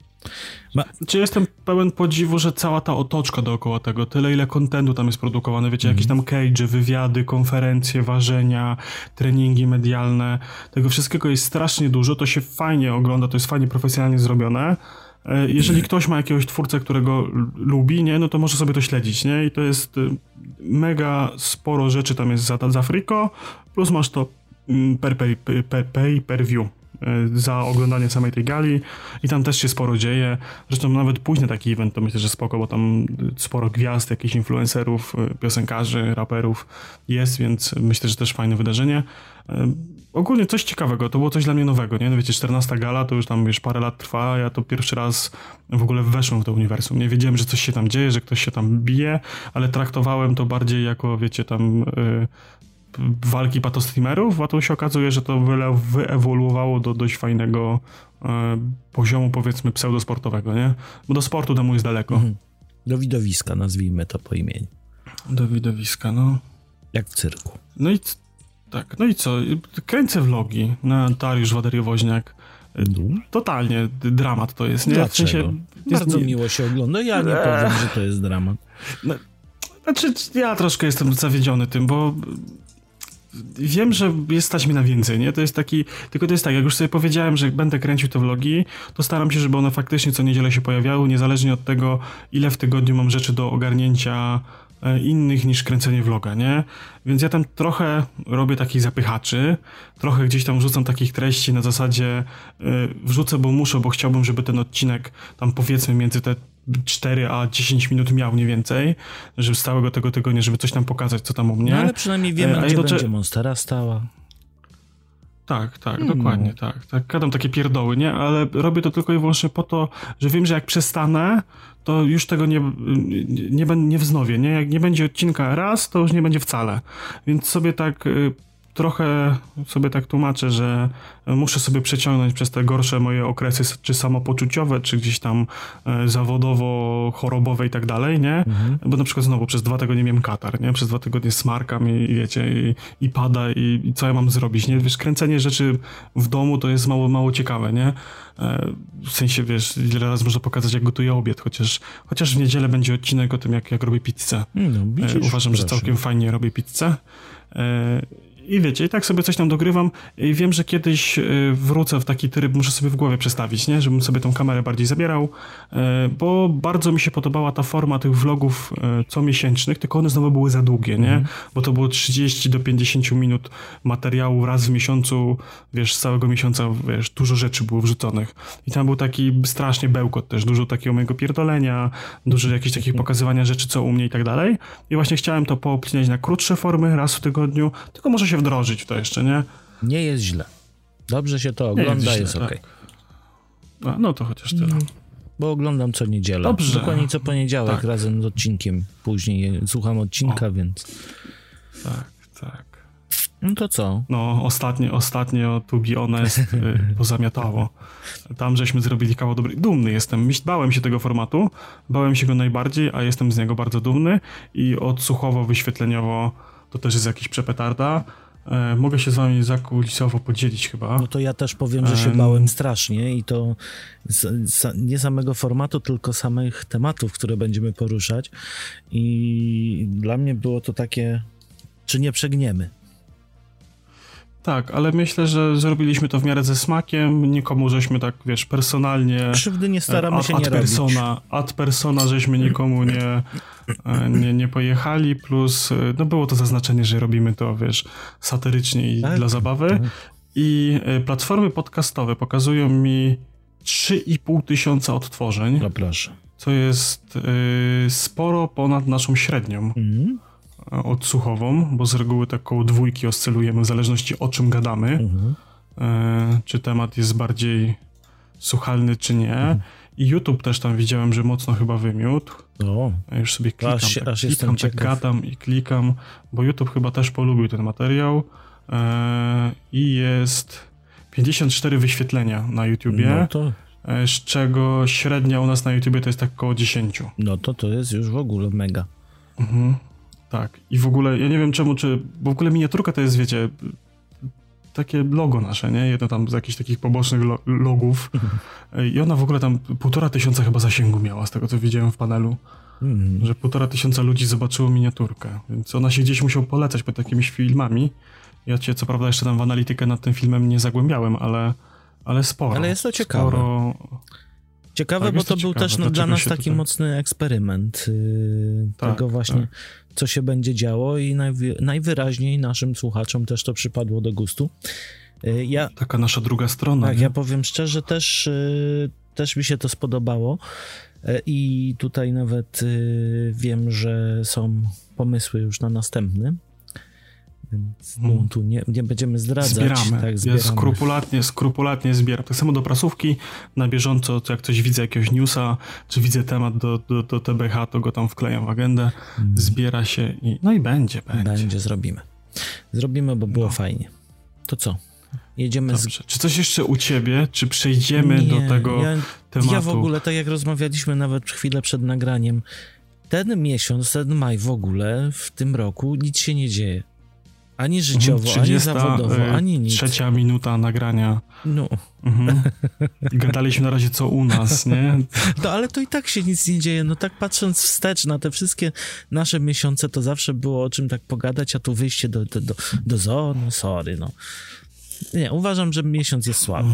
Czy jestem pełen podziwu, że cała ta otoczka dookoła tego, tyle ile kontentu tam jest produkowane, wiecie, jakieś tam cage'y, wywiady, konferencje, ważenia, treningi medialne, tego wszystkiego jest strasznie dużo, to się fajnie ogląda, to jest fajnie profesjonalnie zrobione. E, Jeżeli ktoś ma jakiegoś twórcę, którego l- lubi, nie, no to może sobie to śledzić, nie, i to jest y, mega sporo rzeczy tam jest za, za friko, plus masz to mm, per, pay, per, pay per view y, za oglądanie samej tej gali i tam też się sporo dzieje. Zresztą nawet późny taki event to myślę, że spoko, bo tam y, sporo gwiazd, jakichś influencerów, y, piosenkarzy, raperów jest, więc myślę, że też fajne wydarzenie. Y, Ogólnie coś ciekawego, to było coś dla mnie nowego, nie? No wiecie, czternasta gala to już tam już parę lat trwa, ja to pierwszy raz w ogóle weszłem w to uniwersum. Nie wiedziałem, że coś się tam dzieje, że ktoś się tam bije, ale traktowałem to bardziej jako, wiecie, tam y, walki patostreamerów, a tu się okazuje, że to wyle- wyewoluowało do dość fajnego y, poziomu, powiedzmy, pseudosportowego, nie? Bo do sportu temu jest daleko. Mhm. Do widowiska, nazwijmy to po imieniu. Do widowiska, no. Jak w cyrku. No i c- tak, no i co? Kręcę vlogi na Dariusz Wadery-Woźniak. No. Totalnie d- dramat to jest, nie? Dlaczego? W sensie, jest, Bardzo nie, miło się ogląda. Ja nie powiem, że to jest dramat. Znaczy, ja troszkę jestem zawiedziony tym, bo wiem, że jest stać mi na więcej, nie? To jest taki, tylko to jest tak, jak już sobie powiedziałem, że będę kręcił te vlogi, to staram się, żeby one faktycznie co niedzielę się pojawiały, niezależnie od tego, ile w tygodniu mam rzeczy do ogarnięcia e, innych niż kręcenie vloga, nie? Więc ja tam trochę robię takich zapychaczy, trochę gdzieś tam wrzucam takich treści na zasadzie y, wrzucę, bo muszę, bo chciałbym, żeby ten odcinek tam powiedzmy między te cztery a dziesięć minut miał nie więcej, żeby z całego tego tygodnia, żeby coś tam pokazać, co tam u mnie. No ale przynajmniej wiemy, E, a gdzie jednocze- będzie Monstera stała. Tak, tak, hmm. dokładnie, tak. tak. Gadam takie pierdoły, nie? Ale robię to tylko i wyłącznie po to, że wiem, że jak przestanę, to już tego nie, nie, nie, nie wznowię, nie? Jak nie będzie odcinka raz, to już nie będzie wcale. Więc sobie tak y, trochę sobie tak tłumaczę, że muszę sobie przeciągnąć przez te gorsze moje okresy, czy samopoczuciowe, czy gdzieś tam y, zawodowo, chorobowe i tak dalej, nie? Mhm. Bo na przykład znowu przez dwa tygodnie miałem katar, nie? Przez dwa tygodnie smarkam i, i wiecie, i, i pada i, i co ja mam zrobić, nie? Wiesz, kręcenie rzeczy w domu to jest mało, mało ciekawe, nie? W sensie, wiesz, ile razy można pokazać, jak gotuję obiad, chociaż, chociaż w niedzielę będzie odcinek o tym, jak, jak robię pizzę. No, widzisz, Uważam, proszę. że całkiem fajnie robię pizzę. I wiecie, i tak sobie coś tam dogrywam i wiem, że kiedyś wrócę w taki tryb, muszę sobie w głowie przestawić, nie? Żebym sobie tą kamerę bardziej zabierał, bo bardzo mi się podobała ta forma tych vlogów comiesięcznych, tylko one znowu były za długie, nie? Mm. Bo to było trzydzieści do pięćdziesięciu minut materiału raz w miesiącu, wiesz, z całego miesiąca, wiesz, dużo rzeczy było wrzuconych. I tam był taki strasznie bełkot też, dużo takiego mojego pierdolenia, dużo jakichś takich pokazywania rzeczy, co u mnie i tak dalej. I właśnie chciałem to poobcinać na krótsze formy, raz w tygodniu, tylko może się wdrożyć w to jeszcze, nie? Nie jest źle. Dobrze się to ogląda, jest, jest okej. Okay. No to chociaż tyle. Mm, bo oglądam co niedzielę. Dobrze. Dokładnie co poniedziałek tak. razem z odcinkiem. Później słucham odcinka, o. więc... Tak, tak. No to co? No, ostatnio, ostatnio to be honest, y, pozamiatało. Tam żeśmy zrobili kawał dobry. Dumny jestem. Bałem się tego formatu. Bałem się go najbardziej, a jestem z niego bardzo dumny. I odsłuchowo, wyświetleniowo to też jest jakiś przepetarda. E, mogę się z wami zakulisowo podzielić chyba. No to ja też powiem, że się e... bałem strasznie i to z, z, nie samego formatu, tylko samych tematów, które będziemy poruszać. I dla mnie było to takie, czy nie przegniemy. Tak, ale myślę, że zrobiliśmy to w miarę ze smakiem, nikomu żeśmy tak, wiesz, personalnie... Krzywdy nie staramy ad, się ad nie persona, robić. Ad persona żeśmy nikomu nie, nie, nie pojechali, plus no było to zaznaczenie, że robimy to, wiesz, satyrycznie i tak, dla zabawy. Tak. I platformy podcastowe pokazują mi trzy i pół tysiąca odtworzeń. No proszę. Co jest y, sporo ponad naszą średnią. Mhm. Odsłuchową, bo z reguły tak koło dwójki oscylujemy w zależności o czym gadamy. Mhm. E, czy temat jest bardziej słuchalny, czy nie. Mhm. I YouTube też tam widziałem, że mocno chyba wymiótł. O. Ja już sobie klikam, aż, tak, aż klikam tak gadam i klikam, bo YouTube chyba też polubił ten materiał. E, I jest pięćdziesiąt cztery wyświetlenia na YouTubie. No to... e, z czego średnia u nas na YouTubie to jest tak koło dziesięć. No to to jest już w ogóle mega. Mhm. Tak. I w ogóle, ja nie wiem czemu, czy... Bo w ogóle miniaturka to jest, wiecie, takie logo nasze, nie? Jedno tam z jakichś takich pobocznych lo- logów. I ona w ogóle tam półtora tysiąca chyba zasięgu miała, z tego co widziałem w panelu. Mm. Że półtora tysiąca ludzi zobaczyło miniaturkę. Więc ona się gdzieś musiał polecać pod takimiś filmami. Ja cię, co prawda, jeszcze tam w analitykę nad tym filmem nie zagłębiałem, ale, ale sporo. Ale jest to ciekawe. Sporo... Ciekawe, tak, bo to, to był ciekawe. też no, dla nas taki tutaj... mocny eksperyment yy, tak, tego właśnie, tak. co się będzie działo i najwy- najwyraźniej naszym słuchaczom też to przypadło do gustu. Yy, ja, Taka nasza druga strona. Tak, nie? ja powiem szczerze, też, yy, też mi się to spodobało yy, i tutaj nawet yy, wiem, że są pomysły już na następny. Więc hmm. tu nie, nie będziemy zdradzać. Zbieramy. Tak, zbieramy. Ja skrupulatnie, skrupulatnie zbieram. Tak samo do prasówki, na bieżąco, jak coś widzę, jakiegoś newsa, czy widzę temat do, do, do T B H, to go tam wklejam w agendę, hmm. zbiera się i no i będzie, będzie. Będzie, zrobimy. Zrobimy, bo było no. fajnie. To co? Jedziemy Dobrze. z... Czy coś jeszcze u ciebie? Czy przejdziemy nie, do tego ja, tematu? Ja w ogóle, tak jak rozmawialiśmy nawet chwilę przed nagraniem, ten miesiąc, ten maj w ogóle w tym roku nic się nie dzieje. Ani życiowo, ani zawodowo, ani nic. Trzecia minuta nagrania. No. Mhm. I gadaliśmy na razie co u nas, nie? No ale to i tak się nic nie dzieje. No tak patrząc wstecz na te wszystkie nasze miesiące, to zawsze było o czym tak pogadać, a tu wyjście do, do, do, do zoo, no sorry, no. Nie, uważam, że miesiąc jest słaby.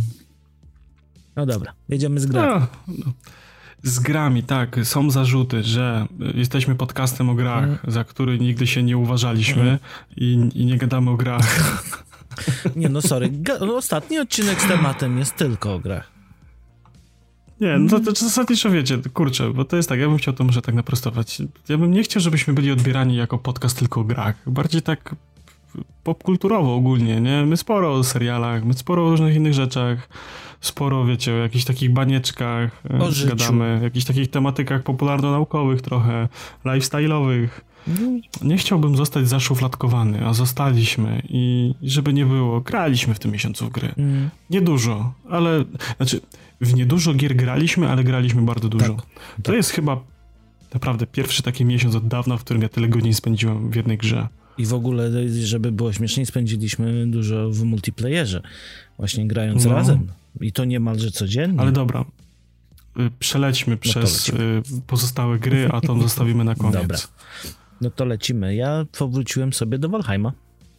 No dobra, jedziemy z grami. No, no. Z grami, tak. Są zarzuty, że jesteśmy podcastem o grach, mm. za który nigdy się nie uważaliśmy mm. i, i nie gadamy o grach. Nie, no sorry. Ga- ostatni odcinek z tematem jest tylko o grach. Nie, no to, to zasadniczo wiecie, kurczę, bo to jest tak, ja bym chciał to może tak naprostować. Ja bym nie chciał, żebyśmy byli odbierani jako podcast tylko o grach. Bardziej tak popkulturowo ogólnie, nie? My sporo o serialach, my sporo o różnych innych rzeczach, sporo, wiecie, o jakichś takich banieczkach o życiu. gadamy, jakichś takich tematykach popularno-naukowych trochę, lifestyle'owych. Nie chciałbym zostać zaszufladkowany, a zostaliśmy i żeby nie było, graliśmy w tym miesiącu w gry. Mm. Niedużo, ale, znaczy w niedużo gier graliśmy, ale graliśmy bardzo dużo. Tak, to tak. jest chyba naprawdę pierwszy taki miesiąc od dawna, w którym ja tyle godzin spędziłem w jednej grze. I w ogóle, żeby było śmieszniej, spędziliśmy dużo w multiplayerze, właśnie grając no. razem. I to niemalże codziennie. Ale dobra, przelećmy no przez pozostałe gry, a tą zostawimy na koniec. Dobra. No to lecimy. Ja powróciłem sobie do Valheima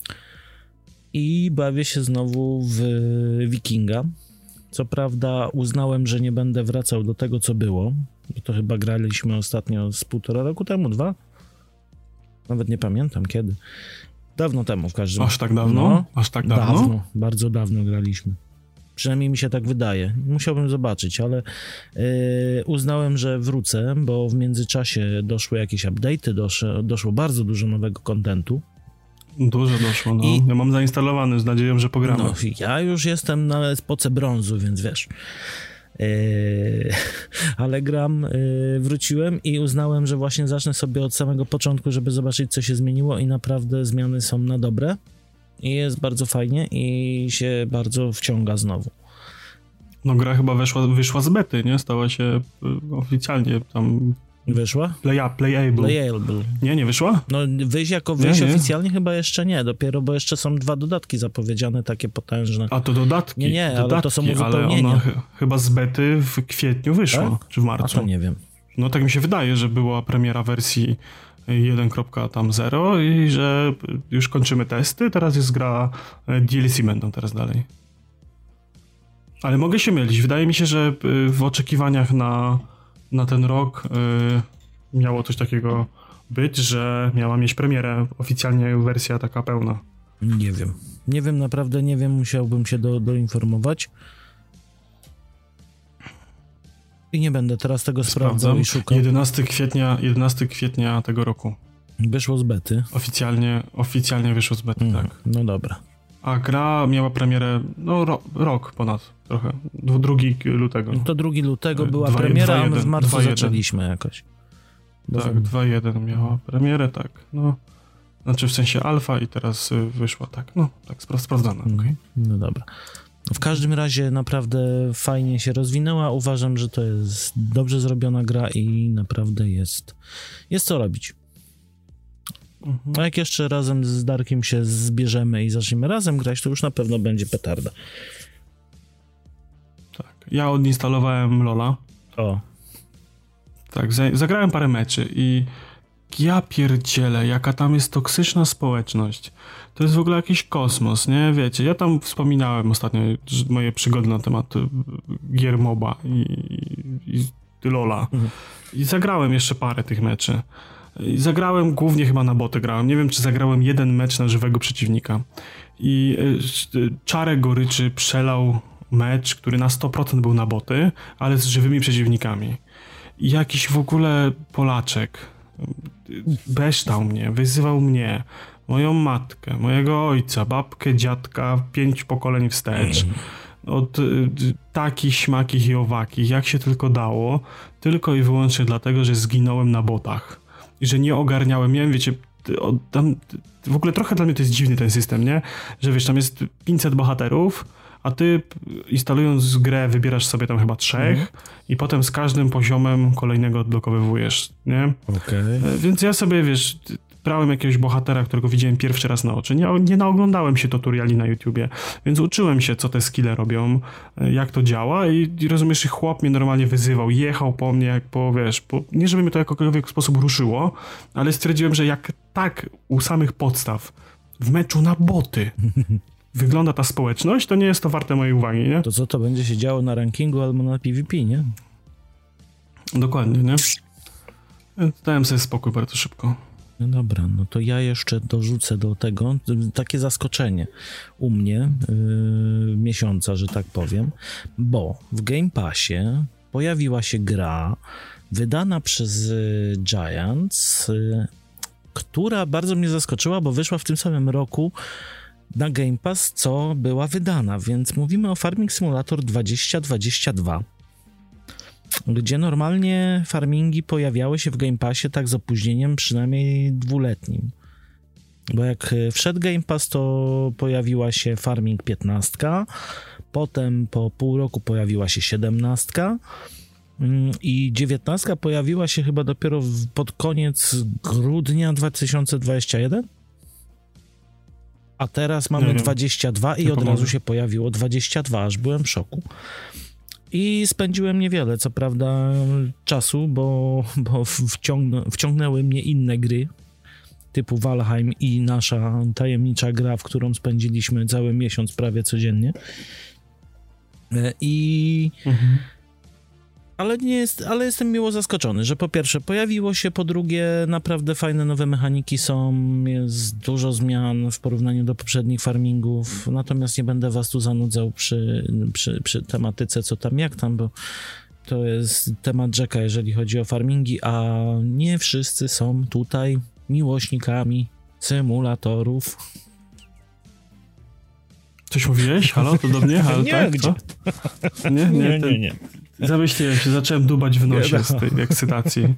i bawię się znowu w Wikinga. Co prawda uznałem, że nie będę wracał do tego, co było. Bo to chyba graliśmy ostatnio z półtora roku temu, dwa? Nawet nie pamiętam kiedy. Dawno temu w każdym razie. Aż tak dawno? No, Aż tak dawno? Dawno, bardzo dawno graliśmy. Przynajmniej mi się tak wydaje. Musiałbym zobaczyć, ale yy, uznałem, że wrócę, bo w międzyczasie doszły jakieś update'y, doszło, doszło bardzo dużo nowego kontentu. Dużo doszło, no. I, ja mam zainstalowany z nadzieją, że pogramy. No, ja już jestem na epoce brązu, więc wiesz. Yy, ale gram, yy, wróciłem i uznałem, że właśnie zacznę sobie od samego początku, żeby zobaczyć, co się zmieniło i naprawdę zmiany są na dobre. I jest bardzo fajnie i się bardzo wciąga znowu. No gra chyba weszła, wyszła z bety, nie? Stała się oficjalnie tam... Wyszła? Play, playable. Playable. Nie, nie wyszła? No wyjść jako wyjść nie, nie. oficjalnie chyba jeszcze nie, dopiero, bo jeszcze są dwa dodatki zapowiedziane, takie potężne. A to dodatki? Nie, nie, dodatki, ale to są uzupełnienia. Ale ona ch- chyba z bety w kwietniu wyszła, tak? Czy w marcu? A to nie wiem. No tak mi się wydaje, że była premiera wersji jeden zero i że już kończymy testy, teraz jest gra, D L C będą teraz dalej. Ale mogę się mylić, wydaje mi się, że w oczekiwaniach na, na ten rok y, miało coś takiego być, że miała mieć premierę, oficjalnie wersja taka pełna. Nie wiem, nie wiem, naprawdę nie wiem, musiałbym się do, doinformować. I nie będę teraz tego sprawdzał i szukał. jedenastego kwietnia, jedenastego kwietnia tego roku. Wyszło z bety. Oficjalnie, oficjalnie wyszło z bety, mm, tak. No dobra. A gra miała premierę, no ro, rok ponad trochę, drugiego lutego. No to drugiego lutego była dwa, premiera, dwa, a my w jeden, marcu dwa, zaczęliśmy jakoś. Tak, dwa jeden miała premierę, tak. No, znaczy w sensie alfa i teraz wyszła, tak. No, tak spra- sprawdzone. Mm, okay. No dobra. W każdym razie naprawdę fajnie się rozwinęła. Uważam, że to jest dobrze zrobiona gra i naprawdę jest, jest co robić. Mhm. A jak jeszcze razem z Darkiem się zbierzemy i zaczniemy razem grać, to już na pewno będzie petarda. Tak. Ja odinstalowałem Lola. O. Tak, za- zagrałem parę meczy i ja pierdzielę, jaka tam jest toksyczna społeczność. To jest w ogóle jakiś kosmos, nie? Wiecie, ja tam wspominałem ostatnio moje przygody na temat gier MOBA i, i, i Lola. Mhm. I zagrałem jeszcze parę tych meczy. I zagrałem głównie chyba na boty grałem. Nie wiem, czy zagrałem jeden mecz na żywego przeciwnika. I Czarek Goryczy przelał mecz, który na sto procent był na boty, ale z żywymi przeciwnikami. I jakiś w ogóle Polaczek beształ mnie, wyzywał mnie, moją matkę, mojego ojca, babkę, dziadka, pięć pokoleń wstecz. Od y, takich, śmakich i owakich, jak się tylko dało, tylko i wyłącznie dlatego, że zginąłem na botach. I że nie ogarniałem, miałem, wiecie, od, tam, w ogóle trochę dla mnie to jest dziwny ten system, nie? Że wiesz, tam jest pięćset bohaterów, a ty instalując grę wybierasz sobie tam chyba trzech mm. i potem z każdym poziomem kolejnego odblokowywujesz, nie? Okay. Więc ja sobie, wiesz, brałem jakiegoś bohatera, którego widziałem pierwszy raz na oczy. Nie, nie naoglądałem się tutoriali na YouTubie, więc uczyłem się, co te skille robią, jak to działa i, i rozumiesz, chłop mnie normalnie wyzywał, jechał po mnie, jak po, wiesz, po, nie żeby mnie to w jakikolwiek sposób ruszyło, ale stwierdziłem, że jak tak u samych podstaw w meczu na boty wygląda ta społeczność, to nie jest to warte mojej uwagi, nie? To co, to będzie się działo na rankingu albo na PvP, nie? Dokładnie, nie? Dałem sobie spokój bardzo szybko. No dobra, no to ja jeszcze dorzucę do tego takie zaskoczenie u mnie yy, miesiąca, że tak powiem, bo w Game Passie pojawiła się gra wydana przez y, Giants, y, która bardzo mnie zaskoczyła, bo wyszła w tym samym roku na Game Pass, co była wydana, więc mówimy o Farming Simulator dwadzieścia dwadzieścia dwa, gdzie normalnie farmingi pojawiały się w Game Passie tak z opóźnieniem przynajmniej dwuletnim. Bo jak wszedł Game Pass, to pojawiła się Farming piętnaście, potem po pół roku pojawiła się siedemnaście i dziewiętnaście pojawiła się chyba dopiero pod koniec grudnia dwa tysiące dwudziestego pierwszego. A teraz mamy dwadzieścia dwa i od razu się pojawiło dwadzieścia dwa, aż byłem w szoku. I spędziłem niewiele, co prawda, czasu, bo, bo wciągnę, wciągnęły mnie inne gry, typu Valheim i nasza tajemnicza gra, w którą spędziliśmy cały miesiąc prawie codziennie. I... Mhm. Ale, nie jest, ale jestem miło zaskoczony, że po pierwsze pojawiło się, po drugie naprawdę fajne nowe mechaniki są, jest dużo zmian w porównaniu do poprzednich farmingów, natomiast nie będę was tu zanudzał przy, przy, przy tematyce co tam jak tam, bo to jest temat rzeka, jeżeli chodzi o farmingi, a nie wszyscy są tutaj miłośnikami symulatorów. Coś mówiłeś? Halo? To do mnie? Halo, nie, tak? gdzie? Nie, nie, nie, ten... nie, nie. Zamyśliłem się, zacząłem dubać w nosie z tej ekscytacji.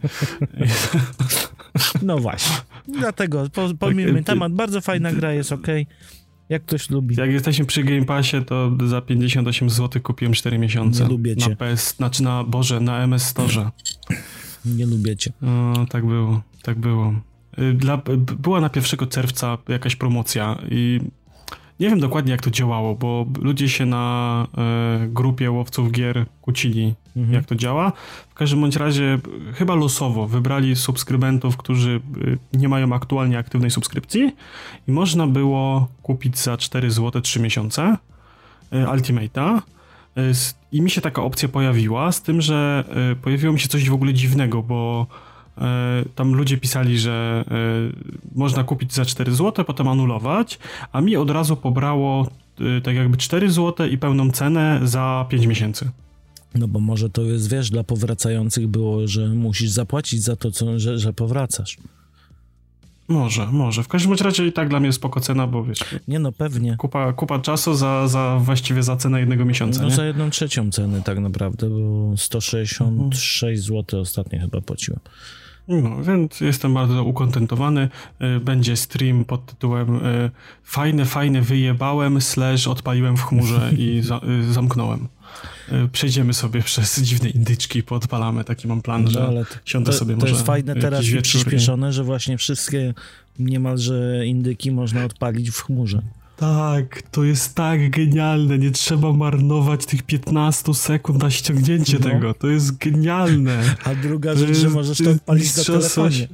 No właśnie. Dlatego po, pomijmy temat. Bardzo fajna gra, jest okej. Jak ktoś lubi. Jak jesteśmy przy Game Passie, to za pięćdziesiąt osiem złotych kupiłem cztery miesiące. Nie lubię cię. Na P S, znaczy na, Boże, na M S Store. Nie lubię cię. No, tak było, tak było. Dla, była na pierwszego czerwca jakaś promocja i nie wiem dokładnie jak to działało, bo ludzie się na e, grupie łowców gier kłócili, mhm. jak to działa. W każdym bądź razie chyba losowo wybrali subskrybentów, którzy e, nie mają aktualnie aktywnej subskrypcji i można było kupić za cztery złote trzy miesiące e, Ultimate'a. E, I mi się taka opcja pojawiła, z tym, że e, pojawiło mi się coś w ogóle dziwnego, bo tam ludzie pisali, że można kupić za cztery złote, potem anulować, a mi od razu pobrało tak jakby cztery złote i pełną cenę za pięć miesięcy. No bo może to jest, wiesz, dla powracających było, że musisz zapłacić za to, co, że, że powracasz. Może, może. W każdym razie i tak dla mnie spoko cena, bo wiesz... Nie no, pewnie. Kupa, kupa czasu za, za właściwie za cenę jednego miesiąca, No nie? za jedną trzecią ceny tak naprawdę, bo sto sześćdziesiąt sześć złotych ostatnio chyba płaciłem. No, więc jestem bardzo ukontentowany. Będzie stream pod tytułem fajne, fajne wyjebałem, slash odpaliłem w chmurze i za, zamknąłem. Przejdziemy sobie przez dziwne indyczki, podpalamy, taki mam plan, no, że ale to, siądę to, sobie to może... To jest fajne teraz i przyspieszone, i... że właśnie wszystkie niemalże indyki można odpalić w chmurze. Tak, to jest tak genialne, nie trzeba marnować tych piętnastu sekund na ściągnięcie no. tego, to jest genialne. A druga rzecz, że możesz to odpalić na telefonie.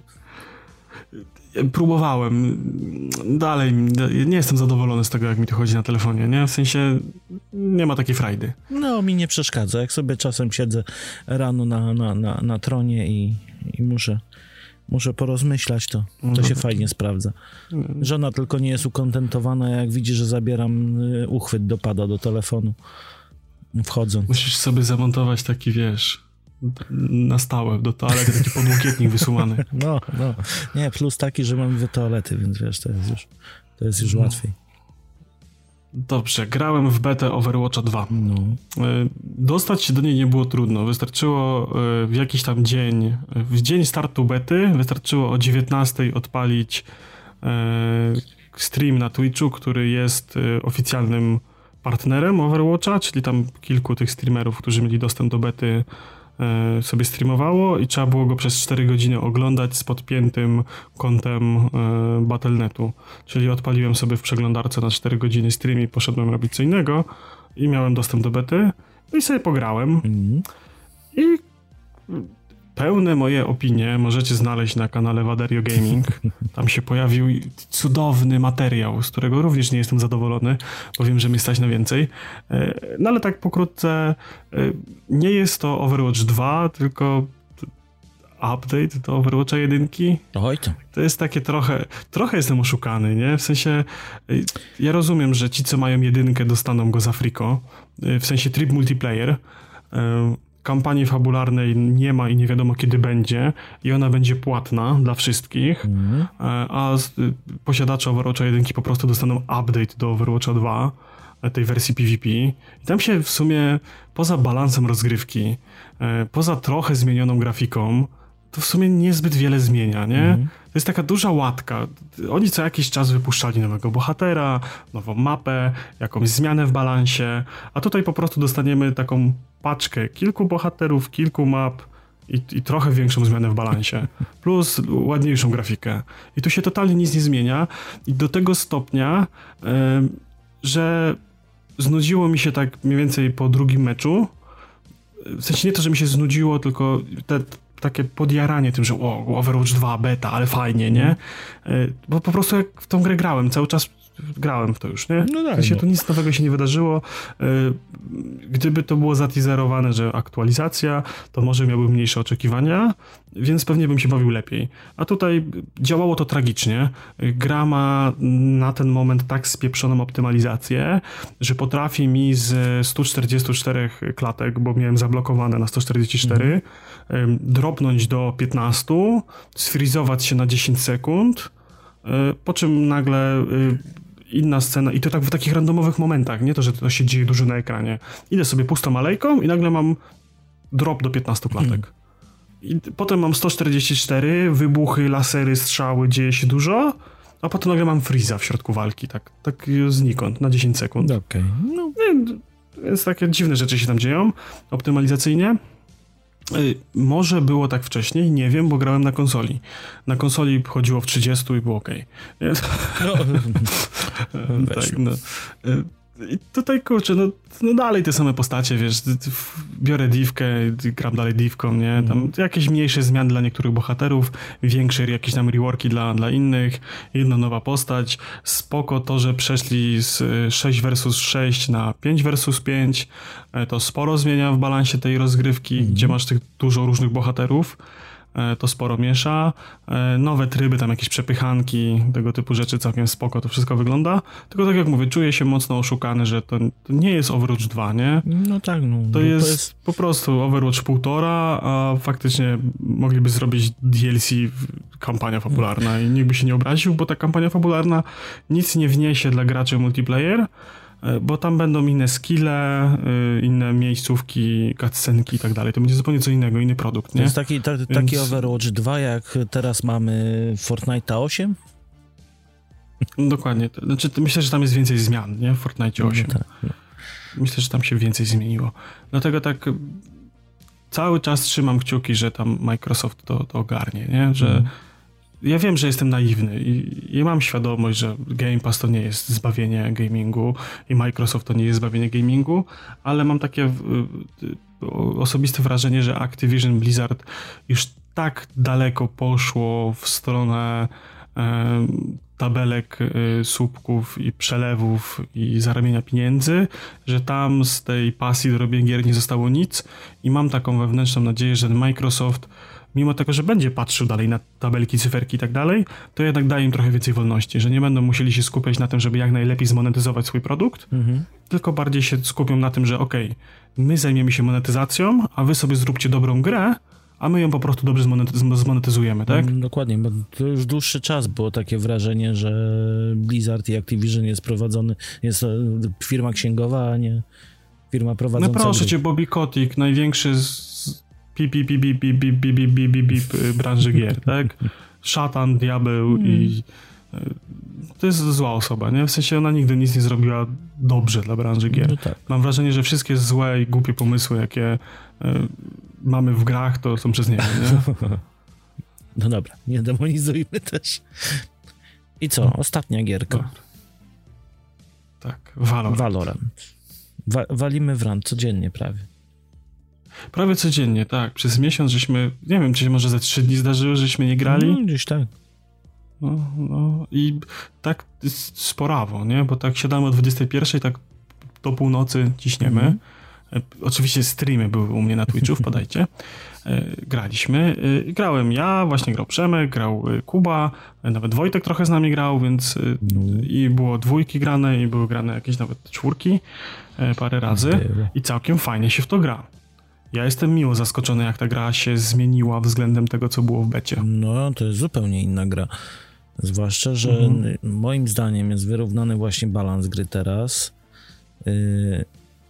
Próbowałem, dalej nie jestem zadowolony z tego, jak mi to chodzi na telefonie, nie? W sensie nie ma takiej frajdy. No, mi nie przeszkadza, jak sobie czasem siedzę rano na, na, na, na tronie i, i muszę... Muszę porozmyślać to. To mhm. się fajnie sprawdza. Żona tylko nie jest ukontentowana, jak widzi, że zabieram uchwyt do pada do telefonu. Wchodząc. Musisz sobie zamontować taki, wiesz, na stałe do toalety, taki podłokietnik wysuwany. No, no. Nie, plus taki, że mam dwie toalety, więc wiesz, to jest już, to jest już no. łatwiej. Dobrze, grałem w betę Overwatcha dwa. No. Dostać się do niej nie było trudno. Wystarczyło w jakiś tam dzień, w dzień startu bety, wystarczyło o dziewiętnastej odpalić stream na Twitchu, który jest oficjalnym partnerem Overwatcha, czyli tam kilku tych streamerów, którzy mieli dostęp do bety, sobie streamowało i trzeba było go przez cztery godziny oglądać z podpiętym kontem Battle dot netu. Czyli odpaliłem sobie w przeglądarce na cztery godziny stream i poszedłem robić co innego i miałem dostęp do bety i sobie pograłem. Mm. I pełne moje opinie możecie znaleźć na kanale Waderio Gaming. Tam się pojawił cudowny materiał, z którego również nie jestem zadowolony, bo wiem, że mnie stać na więcej. No ale tak pokrótce, nie jest to Overwatch dwa, tylko update do Overwatcha jeden. Oj to. To jest takie trochę, trochę jestem oszukany, nie? W sensie, ja rozumiem, że ci, co mają jedynkę, dostaną go za friko, w sensie tryb multiplayer. kampanii fabularnej nie ma i nie wiadomo kiedy będzie i ona będzie płatna dla wszystkich, mm. a z, posiadacze Overwatcha jeden po prostu dostaną update do Overwatcha dwa, tej wersji PvP. I tam się w sumie poza balansem rozgrywki, poza trochę zmienioną grafiką, to w sumie niezbyt wiele zmienia, nie? Mm. To jest taka duża łatka. Oni co jakiś czas wypuszczali nowego bohatera, nową mapę, jakąś zmianę w balansie, a tutaj po prostu dostaniemy taką paczkę kilku bohaterów, kilku map i, i trochę większą zmianę w balansie, plus ładniejszą grafikę. I tu się totalnie nic nie zmienia i do tego stopnia, yy, że znudziło mi się tak mniej więcej po drugim meczu. W sensie nie to, że mi się znudziło, tylko te takie podjaranie tym, że o, Overwatch dwa, beta, ale fajnie, nie? Bo po prostu jak w tą grę grałem, cały czas grałem w to już, nie? No tak, w sensie tu nic nowego się nie wydarzyło. Gdyby to było zateaserowane, że aktualizacja, to może miałbym mniejsze oczekiwania, więc pewnie bym się bawił lepiej. A tutaj działało to tragicznie. Gra ma na ten moment tak spieprzoną optymalizację, że potrafi mi z stu czterdziestu czterech klatek, bo miałem zablokowane na sto czterdzieści cztery, mhm. dropnąć do piętnastu, sfrizować się na dziesięć sekund, po czym nagle inna scena, i to tak w takich randomowych momentach, nie to, że to się dzieje dużo na ekranie. Idę sobie pustą alejką i nagle mam drop do piętnastu klatek. Hmm. I potem mam sto czterdzieści cztery, wybuchy, lasery, strzały, dzieje się dużo, a potem nagle mam freeza w środku walki, tak, tak znikąd, na dziesięć sekund. Okej. Okay. No. Więc takie dziwne rzeczy się tam dzieją, optymalizacyjnie. Może było tak wcześniej, nie wiem, bo grałem na konsoli. Na konsoli chodziło w trzydziestu i było okej. Okay. No, tak, no. I tutaj, kurczę, no, no dalej te same postacie, wiesz, biorę divkę, gram dalej divką, nie? Tam mm. jakieś mniejsze zmiany dla niektórych bohaterów, większe jakieś tam reworki dla, dla innych, jedna nowa postać. Spoko to, że przeszli z sześć versus sześć na pięć versus pięć, to sporo zmienia w balansie tej rozgrywki, mm. gdzie masz tych dużo różnych bohaterów. To sporo miesza. Nowe tryby, tam jakieś przepychanki, tego typu rzeczy, całkiem spoko to wszystko wygląda. Tylko tak jak mówię, czuję się mocno oszukany, że to, to nie jest Overwatch dwa, nie? No tak, no. To, jest, to jest po prostu Overwatch półtora, a faktycznie mogliby zrobić D L C kampania fabularna i nikt by się nie obraził, bo ta kampania fabularna nic nie wniesie dla graczy multiplayer, bo tam będą inne skille, inne miejscówki, cutscenki i tak dalej. To będzie zupełnie co innego, inny produkt, nie? To jest taki, ta, taki Więc... Overwatch dwa, jak teraz mamy Fortnite'a osiem? Dokładnie. Znaczy, myślę, że tam jest więcej zmian, nie? W Fortnite'cie osiem. No tak, no. Myślę, że tam się więcej zmieniło. Dlatego tak cały czas trzymam kciuki, że tam Microsoft to, to ogarnie, nie? Że mm. Ja wiem, że jestem naiwny i, i mam świadomość, że Game Pass to nie jest zbawienie gamingu i Microsoft to nie jest zbawienie gamingu, ale mam takie y, y, osobiste wrażenie, że Activision Blizzard już tak daleko poszło w stronę y, tabelek, y, słupków i przelewów i zarabiania pieniędzy, że tam z tej pasji do robienia gier nie zostało nic i mam taką wewnętrzną nadzieję, że Microsoft mimo tego, że będzie patrzył dalej na tabelki, cyferki i tak dalej, to jednak daje im trochę więcej wolności, że nie będą musieli się skupiać na tym, żeby jak najlepiej zmonetyzować swój produkt, mhm. tylko bardziej się skupią na tym, że okej, okay, my zajmiemy się monetyzacją, a wy sobie zróbcie dobrą grę, a my ją po prostu dobrze zmonetyzujemy, tak? Dokładnie, bo to już dłuższy czas było takie wrażenie, że Blizzard i Activision jest prowadzony, jest firma księgowa, a nie firma prowadząca. No proszę gry. cię, Bobby Kotick, największy z pip, pip, pip, pip, pip, pip, pip, pip, pip, pip, branży gier, tak? Szatan, diabeł i to jest zła osoba, nie? W sensie ona nigdy nic nie zrobiła dobrze dla branży gier. No tak. Mam wrażenie, że wszystkie złe i głupie pomysły, jakie y, mamy w grach, to są przez niego, nie? No dobra, nie demonizujmy też. I co? Ostatnia gierka. Dobra. Tak, Valorant. Valorant. Wa- walimy w run codziennie prawie. Prawie codziennie, tak. Przez miesiąc żeśmy, nie wiem, czy się może ze trzy dni zdarzyło, żeśmy nie grali. No, gdzieś tak. No, no i tak sporawo, nie? Bo tak siadamy o dwudziestej pierwszej, tak do północy ciśniemy. Mm. E, oczywiście streamy były u mnie na Twitchu, wpadajcie. E, graliśmy. E, grałem ja, właśnie grał Przemek, grał Kuba, e, nawet Wojtek trochę z nami grał, więc e, mm. i było dwójki grane, i były grane jakieś nawet czwórki e, parę razy. I całkiem fajnie się w to gra. Ja jestem miło zaskoczony, jak ta gra się zmieniła względem tego, co było w becie. No, to jest zupełnie inna gra. Zwłaszcza, że mhm. moim zdaniem jest wyrównany właśnie balans gry teraz. Yy,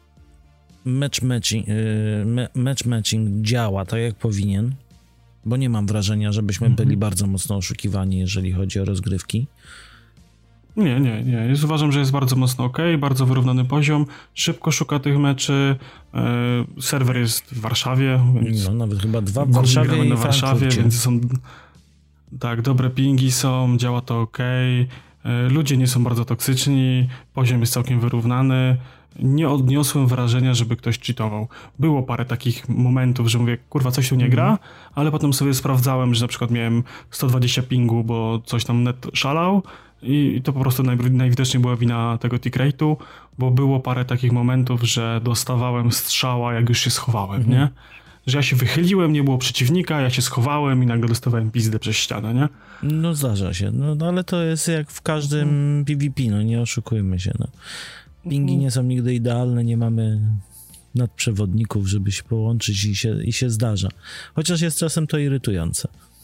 match matching, yy, match matching działa tak, jak powinien, bo nie mam wrażenia, żebyśmy mhm. byli bardzo mocno oszukiwani, jeżeli chodzi o rozgrywki. Nie, nie, nie. Jest, uważam, że jest bardzo mocno ok, bardzo wyrównany poziom, szybko szuka tych meczy, yy, serwer jest w Warszawie, więc... No, nawet chyba dwa w Warszawie gramy i na Warszawie, Frankfurcie. więc są... Tak, dobre pingi są, działa to ok, yy, ludzie nie są bardzo toksyczni, poziom jest całkiem wyrównany. Nie odniosłem wrażenia, żeby ktoś cheatował. Było parę takich momentów, że mówię, kurwa, coś tu nie gra, ale potem sobie sprawdzałem, że na przykład miałem sto dwadzieścia pingu, bo coś tam net szalał i to po prostu naj, najwidoczniej była wina tego tick rate'u, bo było parę takich momentów, że dostawałem strzała, jak już się schowałem, mhm. nie? Że ja się wychyliłem, nie było przeciwnika, ja się schowałem i nagle dostawałem pizdę przez ścianę, nie? No zdarza się, no, no ale to jest jak w każdym mhm. PvP, no nie oszukujmy się, no. Pingi nie są nigdy idealne, nie mamy nadprzewodników, żeby się połączyć i się, i się zdarza. Chociaż jest czasem to irytujące.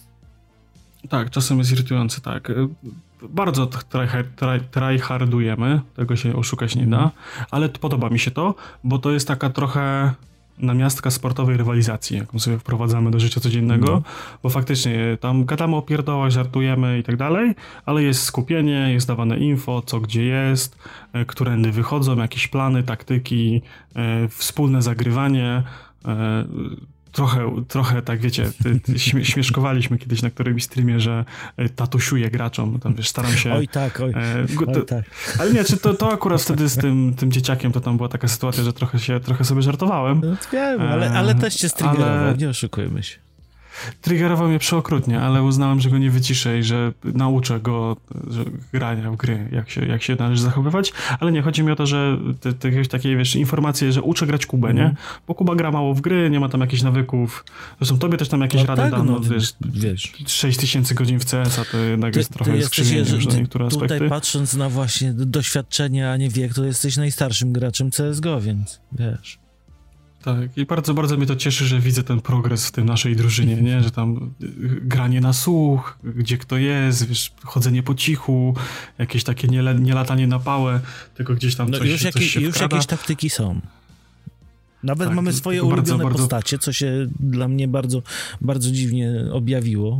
Tak, czasem jest irytujące, tak. Bardzo tryhardujemy, tego się oszukać nie da, ale podoba mi się to, bo to jest taka trochę namiastka sportowej rywalizacji, jaką sobie wprowadzamy do życia codziennego, no. Bo faktycznie tam gadamy o pierdołach, żartujemy i tak dalej, ale jest skupienie, jest dawane info, co gdzie jest, e, którędy wychodzą, jakieś plany, taktyki, e, wspólne zagrywanie, e, trochę, trochę tak wiecie, ty, ty, śmieszkowaliśmy kiedyś na którymś streamie, że tatusiuję graczom, tam wiesz, staram się... Oj tak, oj, e, to, oj tak. Ale nie, czy to, to akurat wtedy z tym, tym dzieciakiem to tam była taka sytuacja, że trochę się, trochę sobie żartowałem. No, wiem, ale, ale też cię striggerował, ale... nie oszukujmy się. Triggerował mnie przeokrutnie, ale uznałem, że go nie wyciszę i że nauczę go że grania w gry, jak się, jak się należy zachowywać, ale nie, chodzi mi o to, że te, te jakieś takie, wiesz, informacje, że uczę grać Kubę, mm. nie? Bo Kuba gra mało w gry, nie ma tam jakichś nawyków, zresztą tobie też tam jakieś no rady tak, dano, no, wiesz, wiesz, sześć tysięcy godzin w C S, a to jednak ty, jest trochę skrzywienie już na niektóre aspekty. Tutaj patrząc na właśnie doświadczenie, a nie wiek, to jesteś najstarszym graczem C S G O, więc wiesz... Tak, i bardzo, bardzo mnie to cieszy, że widzę ten progres w tym naszej drużynie, nie? Że tam granie na słuch, gdzie kto jest, wiesz, chodzenie po cichu, jakieś takie nie, nie latanie na pałę, tylko gdzieś tam no coś, już coś jakieś, się Już wkrada. jakieś taktyki są. Nawet tak, mamy swoje bardzo, ulubione bardzo... postacie, co się dla mnie bardzo, bardzo dziwnie objawiło.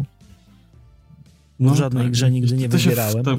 No, w żadnej tak, grze nigdy nie wybierałem. To,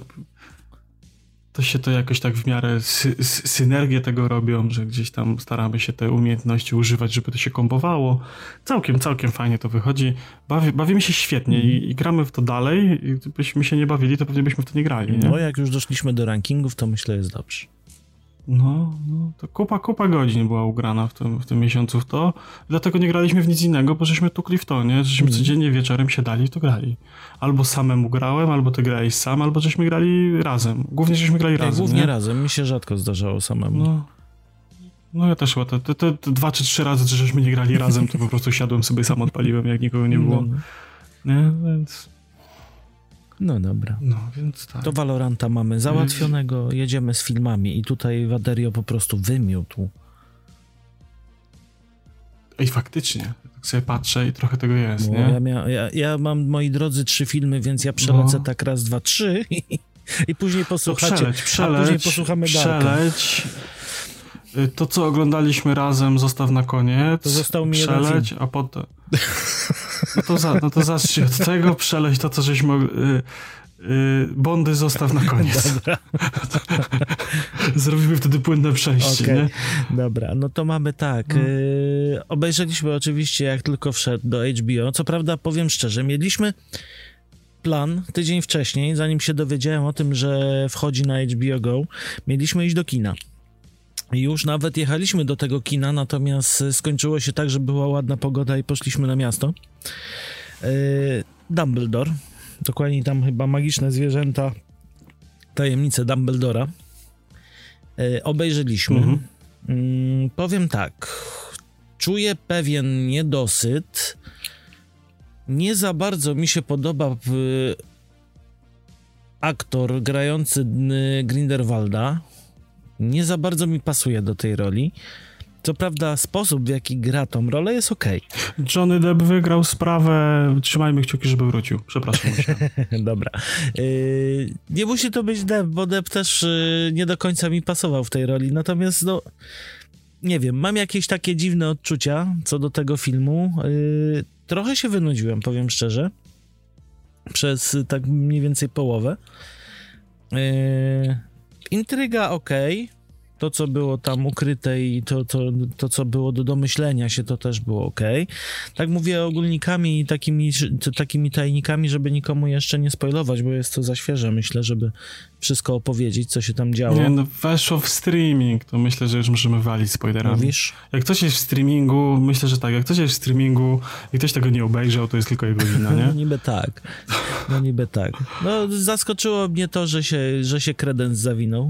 to się to jakoś tak w miarę sy sy synergię tego robią, że gdzieś tam staramy się te umiejętności używać, żeby to się kombowało. Całkiem, całkiem fajnie to wychodzi. Bawi, bawimy się świetnie mm. i, i gramy w to dalej. I gdybyśmy się nie bawili, to pewnie byśmy w to nie grali. Nie? No, jak już doszliśmy do rankingów, to myślę, jest dobrze. No, no to kupa, kupa godzin była ugrana w tym, w tym miesiącu w to. Dlatego nie graliśmy w nic innego, bo żeśmy tukli w to, nie? Żeśmy mm. codziennie wieczorem siadali i to grali. Albo samemu grałem, albo ty grałeś sam, albo żeśmy grali razem. Głównie żeśmy grali tak, razem, głównie nie? razem. Mi się rzadko zdarzało samemu. No, no ja też chyba te, te, te, te dwa czy trzy razy, że żeśmy nie grali razem, to po prostu siadłem sobie sam, odpaliłem, jak nikogo nie było. No. Nie? Więc... No dobra. No, więc tak. To Valoranta mamy załatwionego, jedziemy z filmami i tutaj Waderio po prostu wymiótł. Ej, faktycznie. Tak sobie patrzę i trochę tego jest, no, nie? Ja, mia, ja, ja mam, moi drodzy, trzy filmy, więc ja przelecę no. tak raz, dwa, trzy i, i później posłuchacie. No przeleć, przeleć, a później posłuchamy przeleć. To, co oglądaliśmy razem, zostaw na koniec. To został mi przeleć, a potem... No to, za, no to zacznij od tego, przeleć to, co żeśmy... Yy, yy, Bondy zostaw na koniec. Dobra. Zrobimy wtedy płynne przejście, okay. nie? Dobra, no to mamy tak. No. Yy, obejrzeliśmy oczywiście, jak tylko wszedł do H B O. Co prawda, powiem szczerze, mieliśmy plan tydzień wcześniej, zanim się dowiedziałem o tym, że wchodzi na H B O Go, mieliśmy iść do kina. Już nawet jechaliśmy do tego kina, natomiast skończyło się tak, że była ładna pogoda i poszliśmy na miasto. Yy, Dumbledore, dokładnie tam chyba Magiczne Zwierzęta, Tajemnice Dumbledora. Yy, obejrzeliśmy. Mhm. Yy, powiem tak, czuję pewien niedosyt. Nie za bardzo mi się podoba w... aktor grający Grindelwalda. Nie za bardzo mi pasuje do tej roli. Co prawda sposób, w jaki gra tą rolę, jest okej. Okay. Johnny Depp wygrał sprawę, trzymajmy kciuki, żeby wrócił. Przepraszam. Dobra. Yy, nie musi to być Depp, bo Depp też yy, nie do końca mi pasował w tej roli, natomiast no, nie wiem, mam jakieś takie dziwne odczucia co do tego filmu. Yy, trochę się wynudziłem, powiem szczerze, przez tak mniej więcej połowę. Yy, intryga okej. Okay. To, co było tam ukryte i to, to, to, co było do domyślenia się, to też było okej. Okay. Tak mówię ogólnikami i takimi, takimi tajnikami, żeby nikomu jeszcze nie spoilować, bo jest to za świeże, myślę, żeby wszystko opowiedzieć, co się tam działo. Nie, no weszło w streaming, to myślę, że już możemy walić spoilerami. Mówisz? Jak ktoś jest w streamingu, myślę, że tak, jak ktoś jest w streamingu i ktoś tego nie obejrzał, to jest tylko jego wina, nie? No niby tak, no niby tak. No zaskoczyło mnie to, że się, że się Credence zawinął.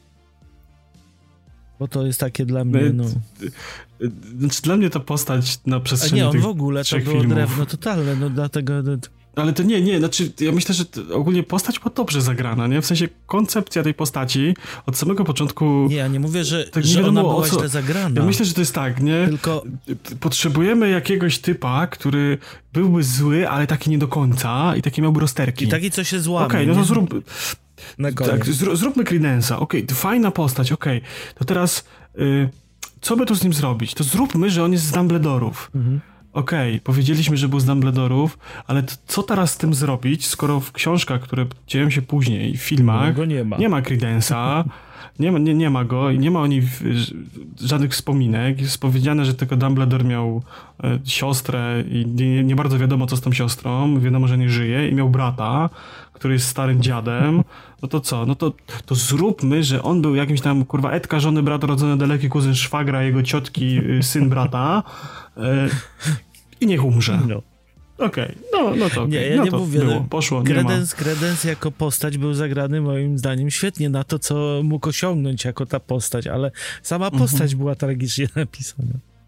Bo to jest takie dla mnie, no... Znaczy, dla mnie ta postać na przestrzeni A nie, on tych w ogóle to było filmów. drewno totalne, no dlatego... Ale to nie, nie, znaczy ja myślę, że ogólnie postać była dobrze zagrana, nie? W sensie koncepcja tej postaci od samego początku... Nie, ja nie mówię, że, tak że nie ona było, była co... źle zagrana. Ja myślę, że to jest tak, nie? Tylko... Potrzebujemy jakiegoś typa, który byłby zły, ale taki nie do końca i taki miałby rozterki. I taki, co się złamie. Okej, okay, no to zrób... Na tak, zr- zróbmy Credence'a, okej, okay, fajna postać, okej. Okay. To teraz, y, co by tu z nim zrobić? To zróbmy, że on jest z Dumbledorów. Mhm. Okej, okay, powiedzieliśmy, że był z Dumbledorów, ale to, co teraz z tym zrobić, skoro w książkach, które dzieją się później, w filmach, go nie ma, nie ma Credence'a, nie ma, nie, nie ma go i nie ma o nim żadnych wspominek. Jest powiedziane, że tylko Dumbledore miał e, siostrę i nie, nie bardzo wiadomo, co z tą siostrą. Wiadomo, że nie żyje i miał brata, który jest starym dziadem. No to co? No to, to zróbmy, że on był jakimś tam, kurwa, Edka, żony, brat, rodzony, daleki kuzyn szwagra, jego ciotki, syn brata e, i niech umrze. No. Okej, okay. no, no to okay. Nie, ja no nie to mówię, było, poszło, Credence, Credence jako postać był zagrany moim zdaniem świetnie na to, co mógł osiągnąć jako ta postać, ale sama postać mhm. była tragicznie napisana.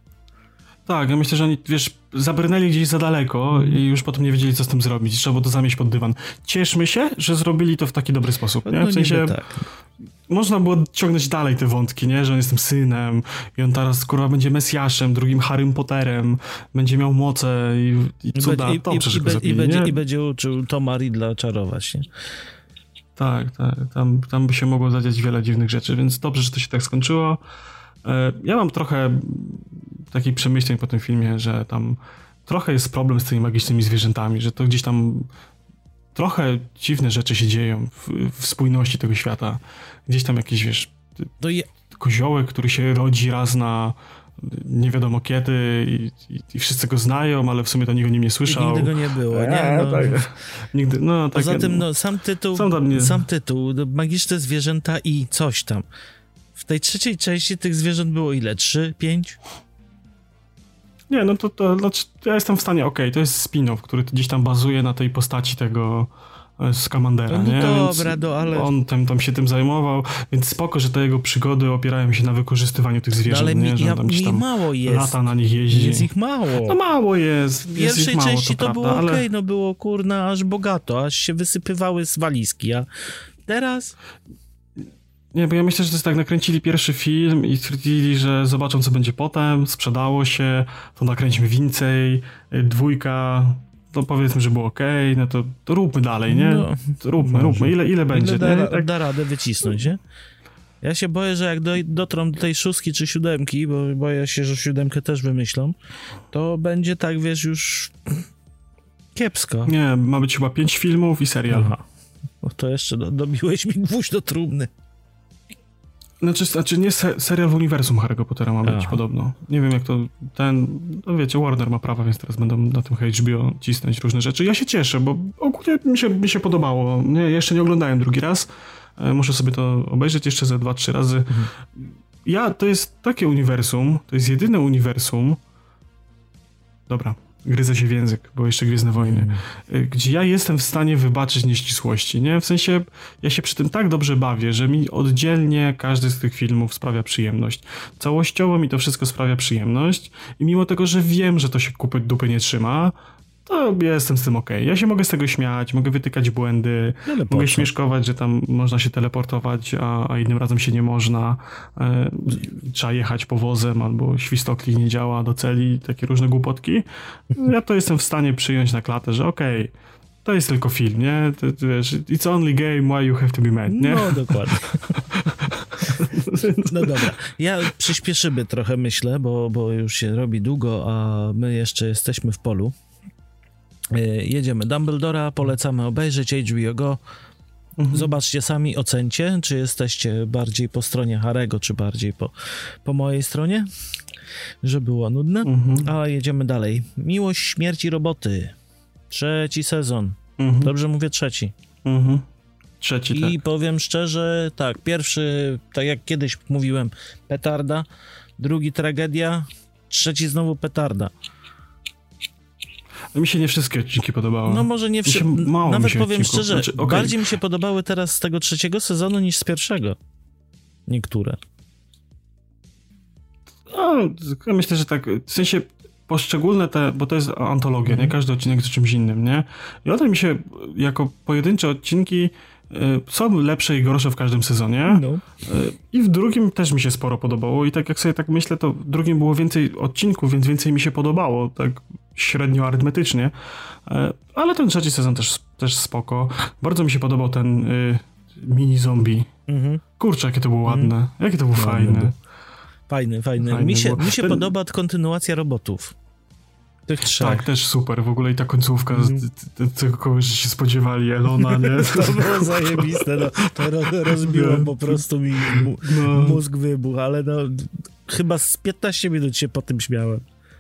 Tak, ja myślę, że oni, wiesz, zabrnęli gdzieś za daleko i już potem nie wiedzieli, co z tym zrobić. Trzeba było to zamieść pod dywan. Cieszmy się, że zrobili to w taki dobry sposób, nie? No, w sensie, tak. Można było ciągnąć dalej te wątki, nie? Że on jest tym synem i on teraz, kurwa, będzie Mesjaszem, drugim Harrym Potterem, będzie miał moce i, i cuda. I, Dobrze, i, że go i, zabili, i, będzie, nie? I będzie uczył Toma Riddla czarować, nie? Tak, tak. Tam, tam by się mogło zadziać wiele dziwnych rzeczy, więc dobrze, że to się tak skończyło. Ja mam trochę takich przemyśleń po tym filmie, że tam trochę jest problem z tymi magicznymi zwierzętami, że to gdzieś tam trochę dziwne rzeczy się dzieją w, w spójności tego świata. Gdzieś tam jakieś, wiesz, to je... koziołek, który się rodzi raz na nie wiadomo kiedy i, i, i wszyscy go znają, ale w sumie to nikt o nim nie słyszał. I nigdy go nie było, nie? A, no. tak. Nigdy, no, tak. Poza tym, no, sam tytuł, nie... sam tytuł, magiczne zwierzęta i coś tam. W tej trzeciej części tych zwierząt było ile? Trzy? Pięć? Nie, no to, to znaczy, ja jestem w stanie, okej, okay, to jest spin-off, który gdzieś tam bazuje na tej postaci tego Skamandera, no, nie? Dobra, więc no, ale... on tam, tam się tym zajmował, więc spoko, że te jego przygody opierają się na wykorzystywaniu tych zwierząt, no, ale nie? Mi, że ja, tam, mi tam mało jest. Lata na nich jeździ. Jest ich mało. No mało jest. W jest pierwszej ich mało, części to, to było prawda, okej, ale... no było kurna aż bogato, aż się wysypywały z walizki, a teraz... Nie, bo ja myślę, że to jest tak, nakręcili pierwszy film i stwierdzili, że zobaczą, co będzie potem, sprzedało się, to nakręćmy więcej, dwójka, to powiedzmy, że było okej, okay, no to, to róbmy dalej, nie? No, to róbmy, może. róbmy, ile, ile będzie, ile da, nie? Tak... da radę wycisnąć, nie? Ja się boję, że jak do, dotrą do tej szóstki czy siódemki, bo boję się, że siódemkę też wymyślą, to będzie tak, wiesz, już kiepsko. Nie, ma być chyba pięć filmów i serial. Aha. O, to jeszcze do, dobiłeś mi gwóźdź do trumny. Znaczy, znaczy nie se, serial w uniwersum Harry'ego Pottera ma być Aha. podobno. Nie wiem jak to ten, no wiecie, Warner ma prawa, więc teraz będą na tym H B O cisnąć różne rzeczy. Ja się cieszę, bo ogólnie mi się, mi się podobało. Nie, jeszcze nie oglądałem drugi raz. Muszę sobie to obejrzeć jeszcze ze dwa, trzy razy. Mhm. Ja, to jest takie uniwersum, to jest jedyne uniwersum. Dobra, gryzę się w język, bo jeszcze Gwiezdne Wojny. Mm. Gdzie ja jestem w stanie wybaczyć nieścisłości, nie? W sensie, ja się przy tym tak dobrze bawię, że mi oddzielnie każdy z tych filmów sprawia przyjemność. Całościowo mi to wszystko sprawia przyjemność i mimo tego, że wiem, że to się kupy dupy nie trzyma, to ja jestem z tym okej. Okay. Ja się mogę z tego śmiać, mogę wytykać błędy, Ale mogę co? śmieszkować, że tam można się teleportować, a, a innym razem się nie można. E, trzeba jechać powozem, albo świstoklik nie działa do celi, takie różne głupotki. Ja to jestem w stanie przyjąć na klatę, że okej, okay, to jest tylko film, nie? To, to wiesz, it's only game, why you have to be mad, nie? No, dokładnie. No dobra, ja przyspieszymy trochę, myślę, bo, bo już się robi długo, a my jeszcze jesteśmy w polu. Jedziemy. Dumbledora polecamy obejrzeć, H B O Go. Mhm. Zobaczcie sami, ocencie, czy jesteście bardziej po stronie Harry'ego, czy bardziej po, po mojej stronie, że było nudne. Mhm. Ale jedziemy dalej. Miłość, śmierć i roboty. Trzeci sezon. Mhm. Dobrze mówię, trzeci. Mhm. Trzeci, I tak. powiem szczerze, tak, pierwszy, tak jak kiedyś mówiłem, petarda, drugi tragedia, trzeci znowu petarda. Mi się nie wszystkie odcinki podobały. No może nie wszystkie. Nawet powiem odcinków. szczerze, znaczy, okay. bardziej mi się podobały teraz z tego trzeciego sezonu niż z pierwszego. Niektóre. No, myślę, że tak, w sensie poszczególne te, bo to jest antologia, mm. nie? Każdy odcinek z czymś innym, nie? I o tym mi się, jako pojedyncze odcinki y, są lepsze i gorsze w każdym sezonie. No. Y, I w drugim też mi się sporo podobało i tak jak sobie tak myślę, to w drugim było więcej odcinków, więc więcej mi się podobało, tak średnio arytmetycznie. Y, ale ten trzeci sezon też, też spoko. Bardzo mi się podobał ten y, mini zombie. Mm-hmm. Kurczę, jakie to było ładne. Mm. Jakie to było Ładne fajne. Było. Fajny, fajny. fajny mi się, mi się ten... podoba kontynuacja robotów. Tych trzech. Tak, też super. W ogóle i ta końcówka, mm. tego kogoś się spodziewali, Elona, nie? To było zajebiste. No, to rozbiło po prostu mi mu, no. mózg wybuchł, ale no chyba z piętnaście minut się po tym śmiałem.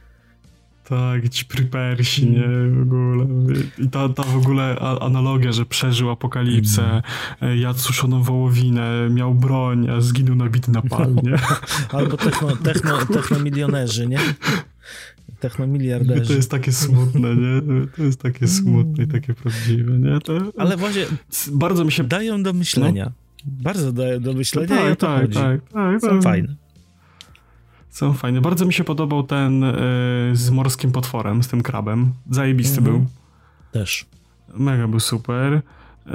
Tak, ci Prepersi, nie? W ogóle. I ta, ta w ogóle analogia, że przeżył apokalipsę, mm. jadł suszoną wołowinę, miał broń, a zginął nabity na pal, nie? Albo techno, techno, technomilionerzy, nie? Technomiliarderzy. To jest takie smutne, nie? To jest takie smutne i takie prawdziwe, nie? To... Ale właśnie bardzo mi się... dają do myślenia. No. Bardzo dają do myślenia no tak, i o to tak, chodzi. Tak, tak, Są tak. fajne. Są fajne. Bardzo mi się podobał ten y, z morskim potworem, z tym krabem. Zajebisty mm-hmm. był. Też. Mega był super. Y,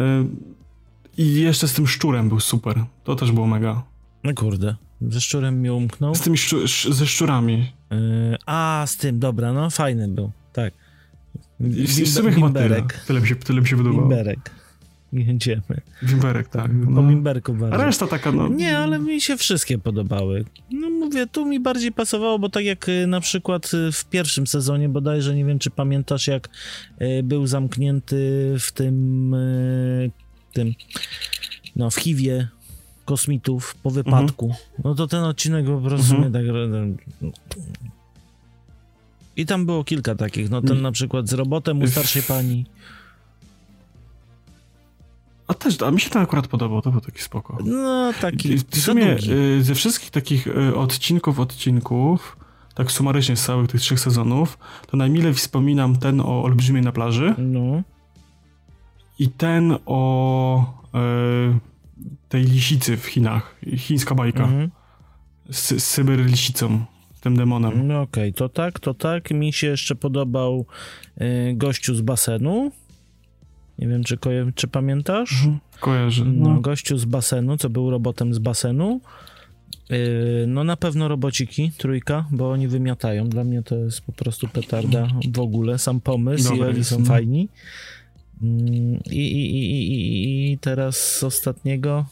I jeszcze z tym szczurem był super. To też było mega. No kurde. Ze szczurem mi umknął. Z tymi szczu- sz- ze szczurami. Yy, a, z tym, dobra, no fajny był. Tak. I w sumie chyba tyle. Tyle mi się, tyle mi się podobało. Bimberek. Jedziemy. Bimberek, tak. No. Po Bimberku bardzo. A reszta taka, no... Nie, ale mi się wszystkie podobały. No mówię, tu mi bardziej pasowało, bo tak jak y, na przykład y, w pierwszym sezonie bodajże, nie wiem, czy pamiętasz, jak y, był zamknięty w tym, y, tym, no w H I V-ie kosmitów po wypadku. Mhm. No to ten odcinek po prostu mhm. mnie tak... I tam było kilka takich, no ten na przykład z robotem u starszej pani. A też, a mi się ten akurat podobał, to był taki spoko. No, taki w sumie y, ze wszystkich takich y, odcinków, odcinków, tak sumarycznie z całych tych trzech sezonów, to najmilej wspominam ten o Olbrzymie na plaży. No. I ten o y, tej lisicy w Chinach. Chińska bajka. Mhm. Z, z Syber lisicą, tym demonem. No okej, okay. to tak, to tak. Mi się jeszcze podobał y, gościu z basenu. Nie wiem, czy, ko- czy pamiętasz? Mhm, kojarzę. No. no, gościu z basenu, co był robotem z basenu. Yy, no na pewno robociki, trójka, bo oni wymiatają. Dla mnie to jest po prostu petarda w ogóle. Sam pomysł Dobra, i oni są no. fajni. Yy, i, i, i, i, I teraz z ostatniego...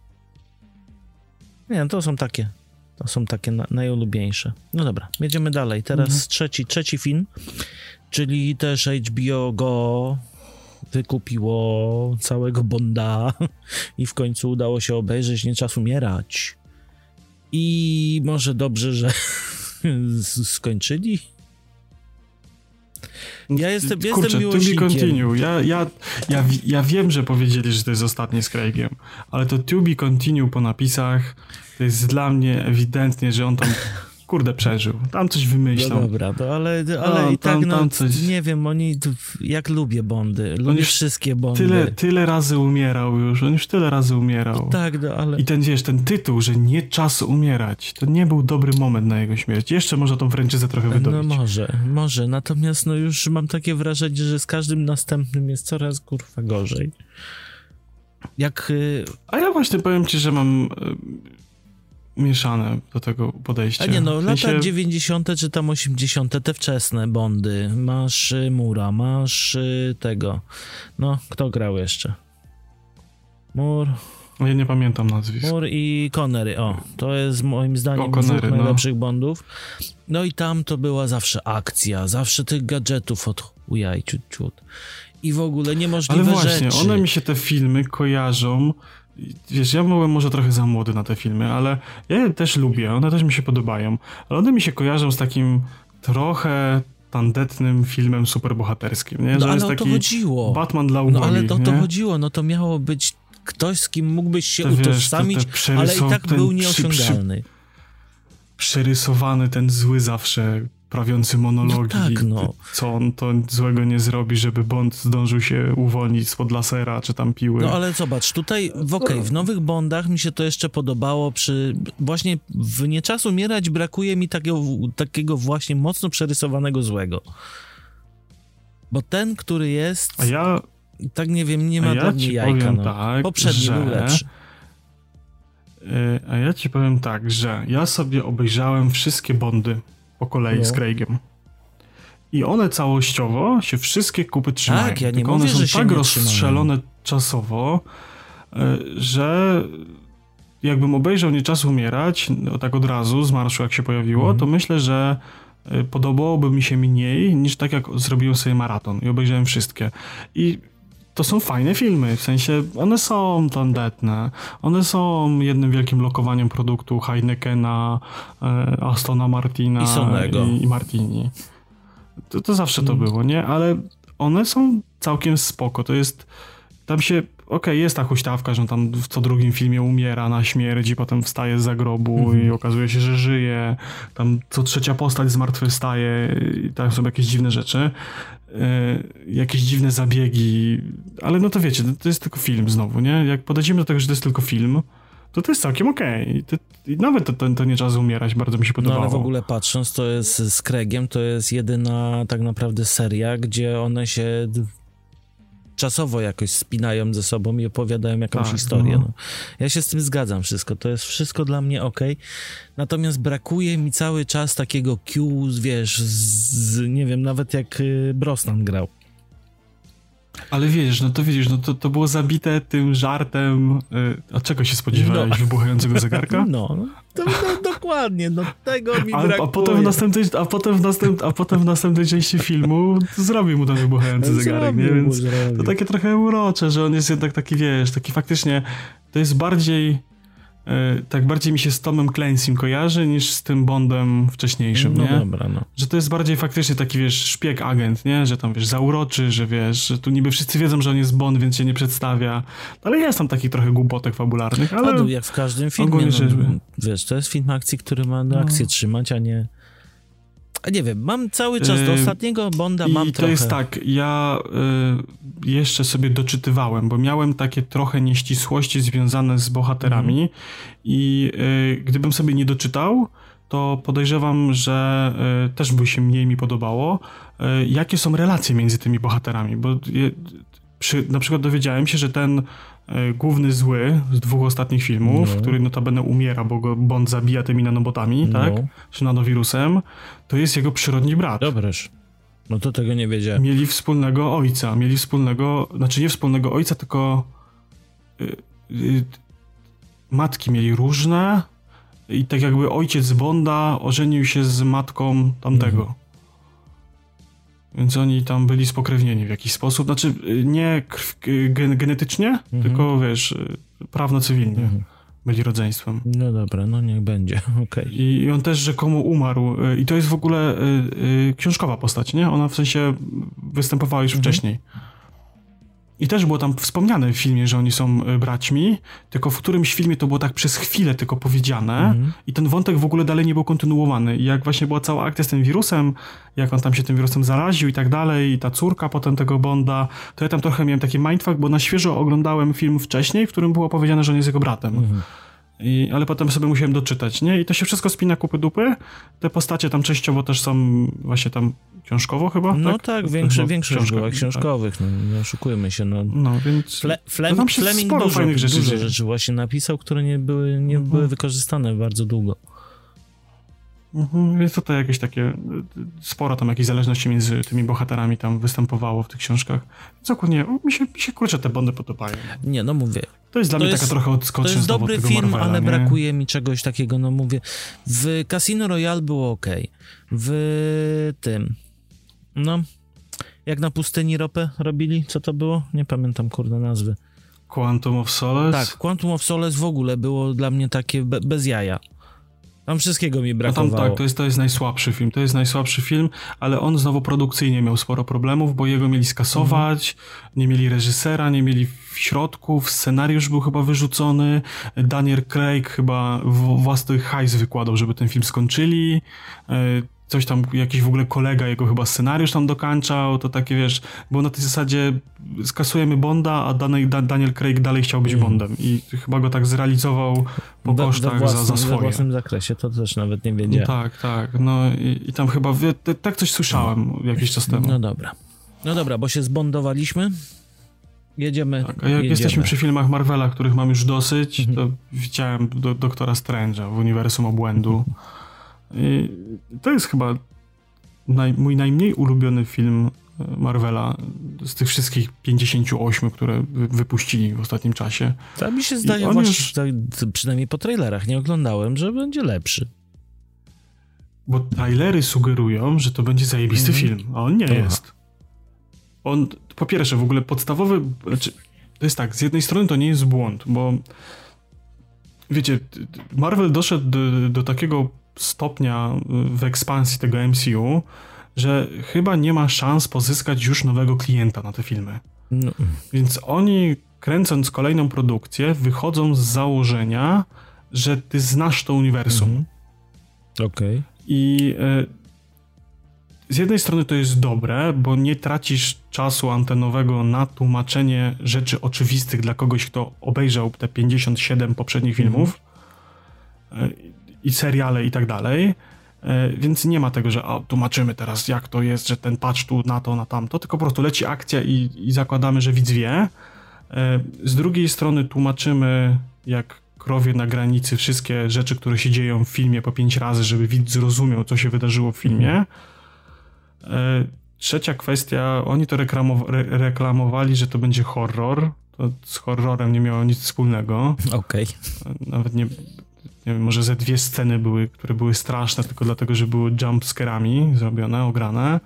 Nie, to są takie. To są takie na, najulubieńsze. No dobra, jedziemy dalej. Teraz mhm. trzeci, trzeci film, czyli też H B O Go... wykupiło całego Bonda i w końcu udało się obejrzeć Nie czas umierać. I może dobrze, że skończyli? Ja jestem, Kurczę, jestem miłośnikiem. To be continue. Ja, ja, ja, ja wiem, że powiedzieli, że to jest ostatnie z Craigiem, ale to to be continue po napisach to jest dla mnie ewidentnie, że on tam kurde, przeżył. Tam coś wymyślał. No dobra, to ale, ale no, i tak, tam, no, tam coś... nie wiem, oni, jak lubię Bondy, lubię już wszystkie Bondy. Tyle, tyle razy umierał już, on już tyle razy umierał. Tak, no, ale... I ten, wiesz, ten tytuł, że nie czas umierać, to nie był dobry moment na jego śmierć. Jeszcze można tą franczyzę trochę wydobyć. No może, może, natomiast no już mam takie wrażenie, że z każdym następnym jest coraz, kurwa, gorzej. Jak... Y... A ja właśnie powiem ci, że mam... Y mieszane do tego podejścia. A nie, no w sensie... lata dziewięćdziesiąte czy tam osiemdziesiąte, te wczesne Bondy. Masz y, Mura, masz y, tego. No, kto grał jeszcze? Mur. Ja nie pamiętam nazwisk. Mur i Connery, o. To jest moim zdaniem Connery, dwóch no. najlepszych Bondów. No i tam to była zawsze akcja, zawsze tych gadżetów od ujaj, ciut, ciut. I w ogóle niemożliwe Ale właśnie, rzeczy. one mi się te filmy kojarzą. Wiesz, ja byłem może trochę za młody na te filmy, ale ja je też lubię, one też mi się podobają, ale one mi się kojarzą z takim trochę tandetnym filmem superbohaterskim, nie? No że ale jest o to taki chodziło. Batman dla ubogich, No ale to o to nie? chodziło, no to miało być ktoś, z kim mógłbyś się To wiesz, utożsamić, to te ale i tak ten był przy- nieosiągalny. Przerysowany ten zły zawsze, prawiący monologi, No tak, no. co on to złego nie zrobi, żeby Bond zdążył się uwolnić spod lasera, czy tam piły. No ale zobacz, tutaj w okej, w nowych Bondach mi się to jeszcze podobało przy... Właśnie w Nie czas umierać brakuje mi takiego, takiego właśnie mocno przerysowanego złego. Bo ten, który jest... A ja... Tak nie wiem, nie ma A ja dla mnie ci jajka, powiem no. tak, Poprzedni że... był lepszy. Yy, A ja ci powiem tak, że ja sobie obejrzałem wszystkie Bondy po kolei No. z Craigiem. I one całościowo się wszystkie kupy trzymają. Tak, ja nie Tylko mówię, one są że się tak nie rozstrzelone czasowo, yy, że jakbym obejrzał Nie czas umierać, no, tak od razu z marszu jak się pojawiło, Mhm. to myślę, że yy, podobałoby mi się mniej niż tak jak zrobiłem sobie maraton i obejrzałem wszystkie. I to są fajne filmy, w sensie one są tandetne, one są jednym wielkim lokowaniem produktu Heinekena, e, Astona Martina I Sonego. i, i Martini. To, to zawsze to było, nie? Ale one są całkiem spoko, to jest, tam się, okej, jest ta huśtawka, że on tam w co drugim filmie umiera na śmierć i potem wstaje z zagrobu Mhm. i okazuje się, że żyje, tam co trzecia postać zmartwychwstaje i tam są jakieś dziwne rzeczy. Yy, jakieś dziwne zabiegi, ale no to wiecie, to, to jest tylko film znowu, nie? Jak podejdziemy do tego, że to jest tylko film, to to jest całkiem okej. Okay. I nawet to, to, to Nie czas umierać bardzo mi się podobało. No ale w ogóle patrząc, to jest z Craigiem, to jest jedyna tak naprawdę seria, gdzie one się czasowo jakoś spinają ze sobą i opowiadają jakąś Tak, historię. no. No. Ja się z tym zgadzam wszystko, to jest wszystko dla mnie okej. Natomiast brakuje mi cały czas takiego Q, wiesz, z, z, nie wiem, nawet jak y, Brosnan grał. Ale wiesz, no to widzisz, no to, to było zabite tym żartem. Yy, a czego się spodziewałeś? No. Wybuchającego zegarka? No, no, to, no dokładnie, no tego mi A, brakuje. a, potem w następnej, a, potem w następ, a potem w następnej części filmu zrobił mu ten wybuchający zegarek, nie? Zrobił mu, Więc zrobił. to takie trochę urocze, że on jest jednak taki, wiesz, taki faktycznie, to jest bardziej, e, tak bardziej mi się z Tomem Clancy'm kojarzy niż z tym Bondem wcześniejszym, No nie? dobra, no. Że to jest bardziej faktycznie taki, wiesz, szpieg agent, nie? Że tam, wiesz, zauroczy, że wiesz, że tu niby wszyscy wiedzą, że on jest Bond, więc się nie przedstawia. Ale jest tam takich trochę głupotek fabularnych, ale... Ale jak w każdym filmie, ogólnie no, rzecz biorąc. wiesz, to jest film akcji, który ma na akcję No. trzymać, a nie... A nie wiem, mam cały czas, do Yy, ostatniego Bonda I mam to trochę... jest tak, ja y, jeszcze sobie doczytywałem, bo miałem takie trochę nieścisłości związane z bohaterami Mhm. i y, gdybym sobie nie doczytał, to podejrzewam, że y, też by się mniej mi podobało, y, jakie są relacje między tymi bohaterami, bo je, przy, na przykład dowiedziałem się, że ten y, główny zły z dwóch ostatnich filmów, No. który notabene umiera, bo go Bond zabija tymi nanobotami, No. tak, czy nanowirusem, to jest jego przyrodni brat. Dobreż. No to tego nie wiedziałem. Mieli wspólnego ojca, mieli wspólnego, znaczy nie wspólnego ojca, tylko y, y, matki mieli różne i tak jakby ojciec Bonda ożenił się z matką tamtego. Mhm. Więc oni tam byli spokrewnieni w jakiś sposób, znaczy y, nie krw, y, gen, genetycznie, Mhm. tylko wiesz, y, prawno-cywilnie Mhm. byli rodzeństwem. No dobra, no niech będzie, okej. I, I on też rzekomo umarł. Y, I to jest w ogóle y, y, książkowa postać, nie? Ona w sensie występowała już Mhm. wcześniej. I też było tam wspomniane w filmie, że oni są braćmi, tylko w którymś filmie to było tak przez chwilę tylko powiedziane mm. i ten wątek w ogóle dalej nie był kontynuowany. I jak właśnie była cała akcja z tym wirusem, jak on tam się tym wirusem zaraził i tak dalej, i ta córka potem tego Bonda, to ja tam trochę miałem taki mindfuck, bo na świeżo oglądałem film wcześniej, w którym było powiedziane, że on jest jego bratem. Mm. I, ale potem sobie musiałem doczytać, nie? I to się wszystko spina kupy dupy. Te postacie tam częściowo też są właśnie tam książkowo chyba, No tak? tak, większe, większość była książkowych, no, nie oszukujmy się. No, no więc... Fle, Flem, tam się Fleming sporo dużo, fajnych rzeczy dużo dzieje. rzeczy właśnie napisał, które nie były, nie Mhm. były wykorzystane bardzo długo. Mhm, więc tutaj jakieś takie, sporo tam jakiejś zależności między tymi bohaterami tam występowało w tych książkach. Więc ogólnie mi się, mi się kurczę te Bondy podobają. Nie, no mówię. To jest dla To mnie jest, taka trochę odskocznia To jest znowu dobry od tego film, Marvela, ale nie? brakuje mi czegoś takiego, no mówię. W Casino Royale było okej. W tym, no, jak na pustyni ropę robili, co to było? Nie pamiętam, kurde, nazwy. Quantum of Solace? Tak, Quantum of Solace w ogóle było dla mnie takie be, bez jaja. Tam wszystkiego mi No brakowało. tam tak, to jest, to jest najsłabszy film, to jest najsłabszy film, ale on znowu produkcyjnie miał sporo problemów, bo jego mieli skasować, mhm. nie mieli reżysera, nie mieli środków, scenariusz był chyba wyrzucony, Daniel Craig chyba własny hajs wykładał, żeby ten film skończyli, coś tam, jakiś w ogóle kolega jego chyba scenariusz tam dokańczał, to takie wiesz, było na tej zasadzie skasujemy Bonda, a Daniel, Daniel Craig dalej chciał być mm. Bondem i chyba go tak zrealizował po we, kosztach we własnym, za, za swoje. We własnym zakresie, to też nawet nie wiedziałem. No tak, tak, no i, i tam chyba, tak coś słyszałem no. jakiś czas temu. No dobra, no dobra, bo się zbondowaliśmy, jedziemy. Tak, a jak jedziemy. jesteśmy przy filmach Marvela, których mam już dosyć, mm-hmm. to widziałem do, Doktora Strange'a w Uniwersum Obłędu. I to jest chyba naj, mój najmniej ulubiony film Marvela z tych wszystkich pięćdziesięciu ośmiu, które wypuścili w ostatnim czasie. To mi się zdaje właśnie, już... przynajmniej po trailerach nie oglądałem, że będzie lepszy. Bo trailery sugerują, że to będzie zajebisty mm-hmm. film, a on nie Aha. jest. On, po pierwsze, w ogóle podstawowy, znaczy, to jest tak, z jednej strony to nie jest błąd, bo wiecie, Marvel doszedł do, do takiego stopnia w ekspansji tego M C U, że chyba nie ma szans pozyskać już nowego klienta na te filmy. No. Więc oni, kręcąc kolejną produkcję, wychodzą z założenia, że ty znasz to uniwersum. Mhm. Okej. Okay. I y, z jednej strony to jest dobre, bo nie tracisz czasu antenowego na tłumaczenie rzeczy oczywistych dla kogoś, kto obejrzał te pięćdziesiąt siedem poprzednich mhm. filmów. Y, i seriale i tak dalej, więc nie ma tego, że a, tłumaczymy teraz jak to jest, że ten patch tu na to, na tamto, tylko po prostu leci akcja i, i zakładamy, że widz wie. Z drugiej strony tłumaczymy jak krowie na granicy wszystkie rzeczy, które się dzieją w filmie po pięć razy, żeby widz zrozumiał, co się wydarzyło w filmie. Trzecia kwestia, oni to reklamow- re- reklamowali, że to będzie horror. To z horrorem nie miało nic wspólnego. Okej. Okay. Nawet nie... Nie wiem, może ze dwie sceny były, które były straszne, tylko dlatego, że były jumpscarami zrobione, ograne.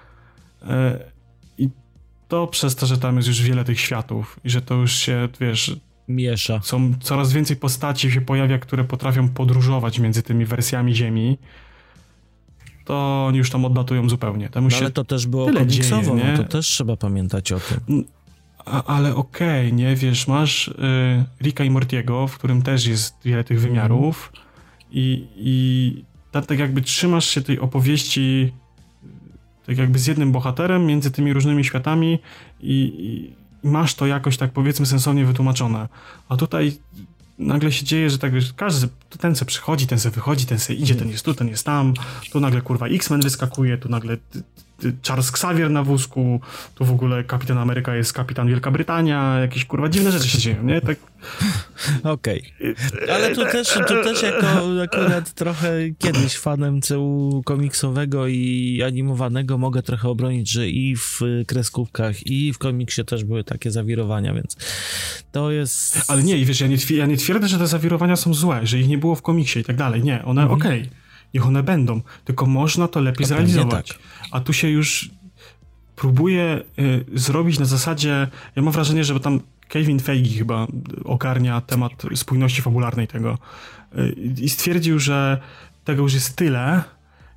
I to przez to, że tam jest już wiele tych światów i że to już się, wiesz... miesza. Są coraz więcej postaci się pojawia, które potrafią podróżować między tymi wersjami Ziemi. To oni już tam odlatują zupełnie. Tam już no, ale to też było komiksowo, no to też trzeba pamiętać o tym. A, ale okej, okay, nie, wiesz, masz y, Ricka i Mortiego, w którym też jest wiele tych wymiarów mm. i, i tak, tak jakby trzymasz się tej opowieści tak jakby z jednym bohaterem między tymi różnymi światami i, i masz to jakoś tak powiedzmy sensownie wytłumaczone. A tutaj nagle się dzieje, że tak wiesz, każdy, ten se przychodzi, ten se wychodzi, ten se idzie, mm. ten jest tu, ten jest tam, tu nagle kurwa X-Men wyskakuje, tu nagle Charles Xavier na wózku, tu w ogóle Kapitan Ameryka jest Kapitan Wielka Brytania, jakieś kurwa dziwne rzeczy się dzieją, nie? Tak... Okej. Okay. Ale tu też, tu też jako akurat trochę kiedyś fanem C U komiksowego i animowanego mogę trochę obronić, że i w kreskówkach, i w komiksie też były takie zawirowania, więc to jest... Ale nie, i wiesz, ja nie, twier- ja nie twierdzę, że te zawirowania są złe, że ich nie było w komiksie i tak dalej, nie, one mhm. okej. Okay. Niech one będą, tylko można to lepiej to zrealizować. Tak. A tu się już próbuje y, zrobić na zasadzie, ja mam wrażenie, że tam Kevin Feige chyba ogarnia temat spójności fabularnej tego y, i stwierdził, że tego już jest tyle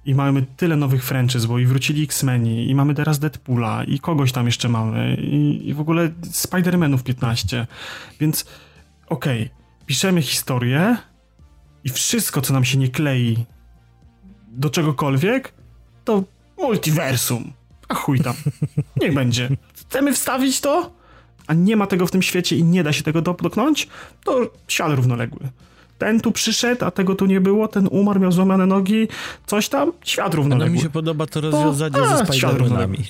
i mamy tyle nowych franchise, bo i wrócili X-Meni, i mamy teraz Deadpoola, i kogoś tam jeszcze mamy, i, i w ogóle Spider-Manów piętnaście, więc okej, okay, piszemy historię i wszystko, co nam się nie klei do czegokolwiek, to multiversum. A chuj tam. Niech będzie. Chcemy wstawić to, a nie ma tego w tym świecie i nie da się tego dotknąć, to świat równoległy. Ten tu przyszedł, a tego tu nie było, ten umarł, miał złamane nogi, coś tam, świat równoległy. No mi się podoba to rozwiązanie to, a, ze Spider-Manami.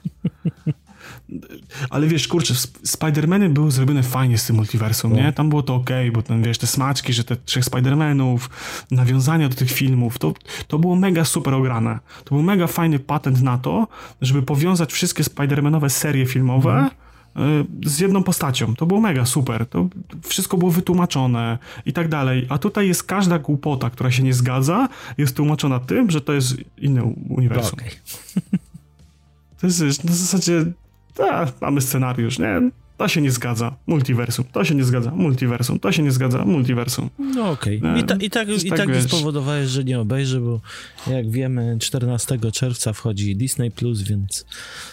Ale wiesz, kurczę, Spider-Many były zrobione fajnie z tym multiversum, no. nie? Tam było to okej, okay, bo ten, wiesz, te smaczki, że te trzech Spider-Manów, nawiązania do tych filmów, to, to było mega super ograne. To był mega fajny patent na to, żeby powiązać wszystkie Spider-Manowe serie filmowe mm. y, z jedną postacią. To było mega super. To wszystko było wytłumaczone i tak dalej. A tutaj jest każda głupota, która się nie zgadza, jest tłumaczona tym, że to jest inne uniwersum. Okay. To jest w zasadzie... Tak, mamy scenariusz, nie? To się nie zgadza, multiversum, to się nie zgadza, multiversum, to się nie zgadza, multiversum. No okej. Okay. I, ta, i tak, i tak, tak już spowodowałeś, że nie obejrzę, bo jak wiemy, czternastego czerwca wchodzi Disney Plus, więc...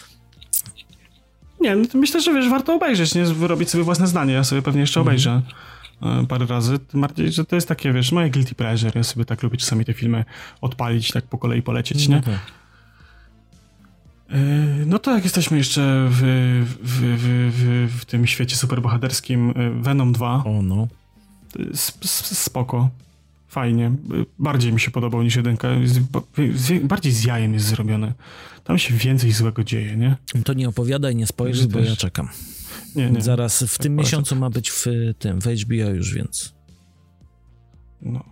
Nie, no myślę, że wiesz, warto obejrzeć, nie? Wyrobić sobie własne zdanie, ja sobie pewnie jeszcze obejrzę mm. parę razy, tym bardziej, że to jest takie, wiesz, moje guilty pleasure, ja sobie tak lubię czasami te filmy odpalić, tak po kolei polecieć, nie? Okay. No to jak jesteśmy jeszcze w, w, w, w, w tym świecie superbohaterskim, Venom dwa. O no. Spoko. Fajnie. Bardziej mi się podobał niż jedynka. Bardziej z jajem jest zrobione. Tam się więcej złego dzieje, nie? To nie opowiadaj, nie spojrzysz, bo ja czekam. Nie, nie. Zaraz w tym miesiącu ma być w tym, w H B O już, więc... No.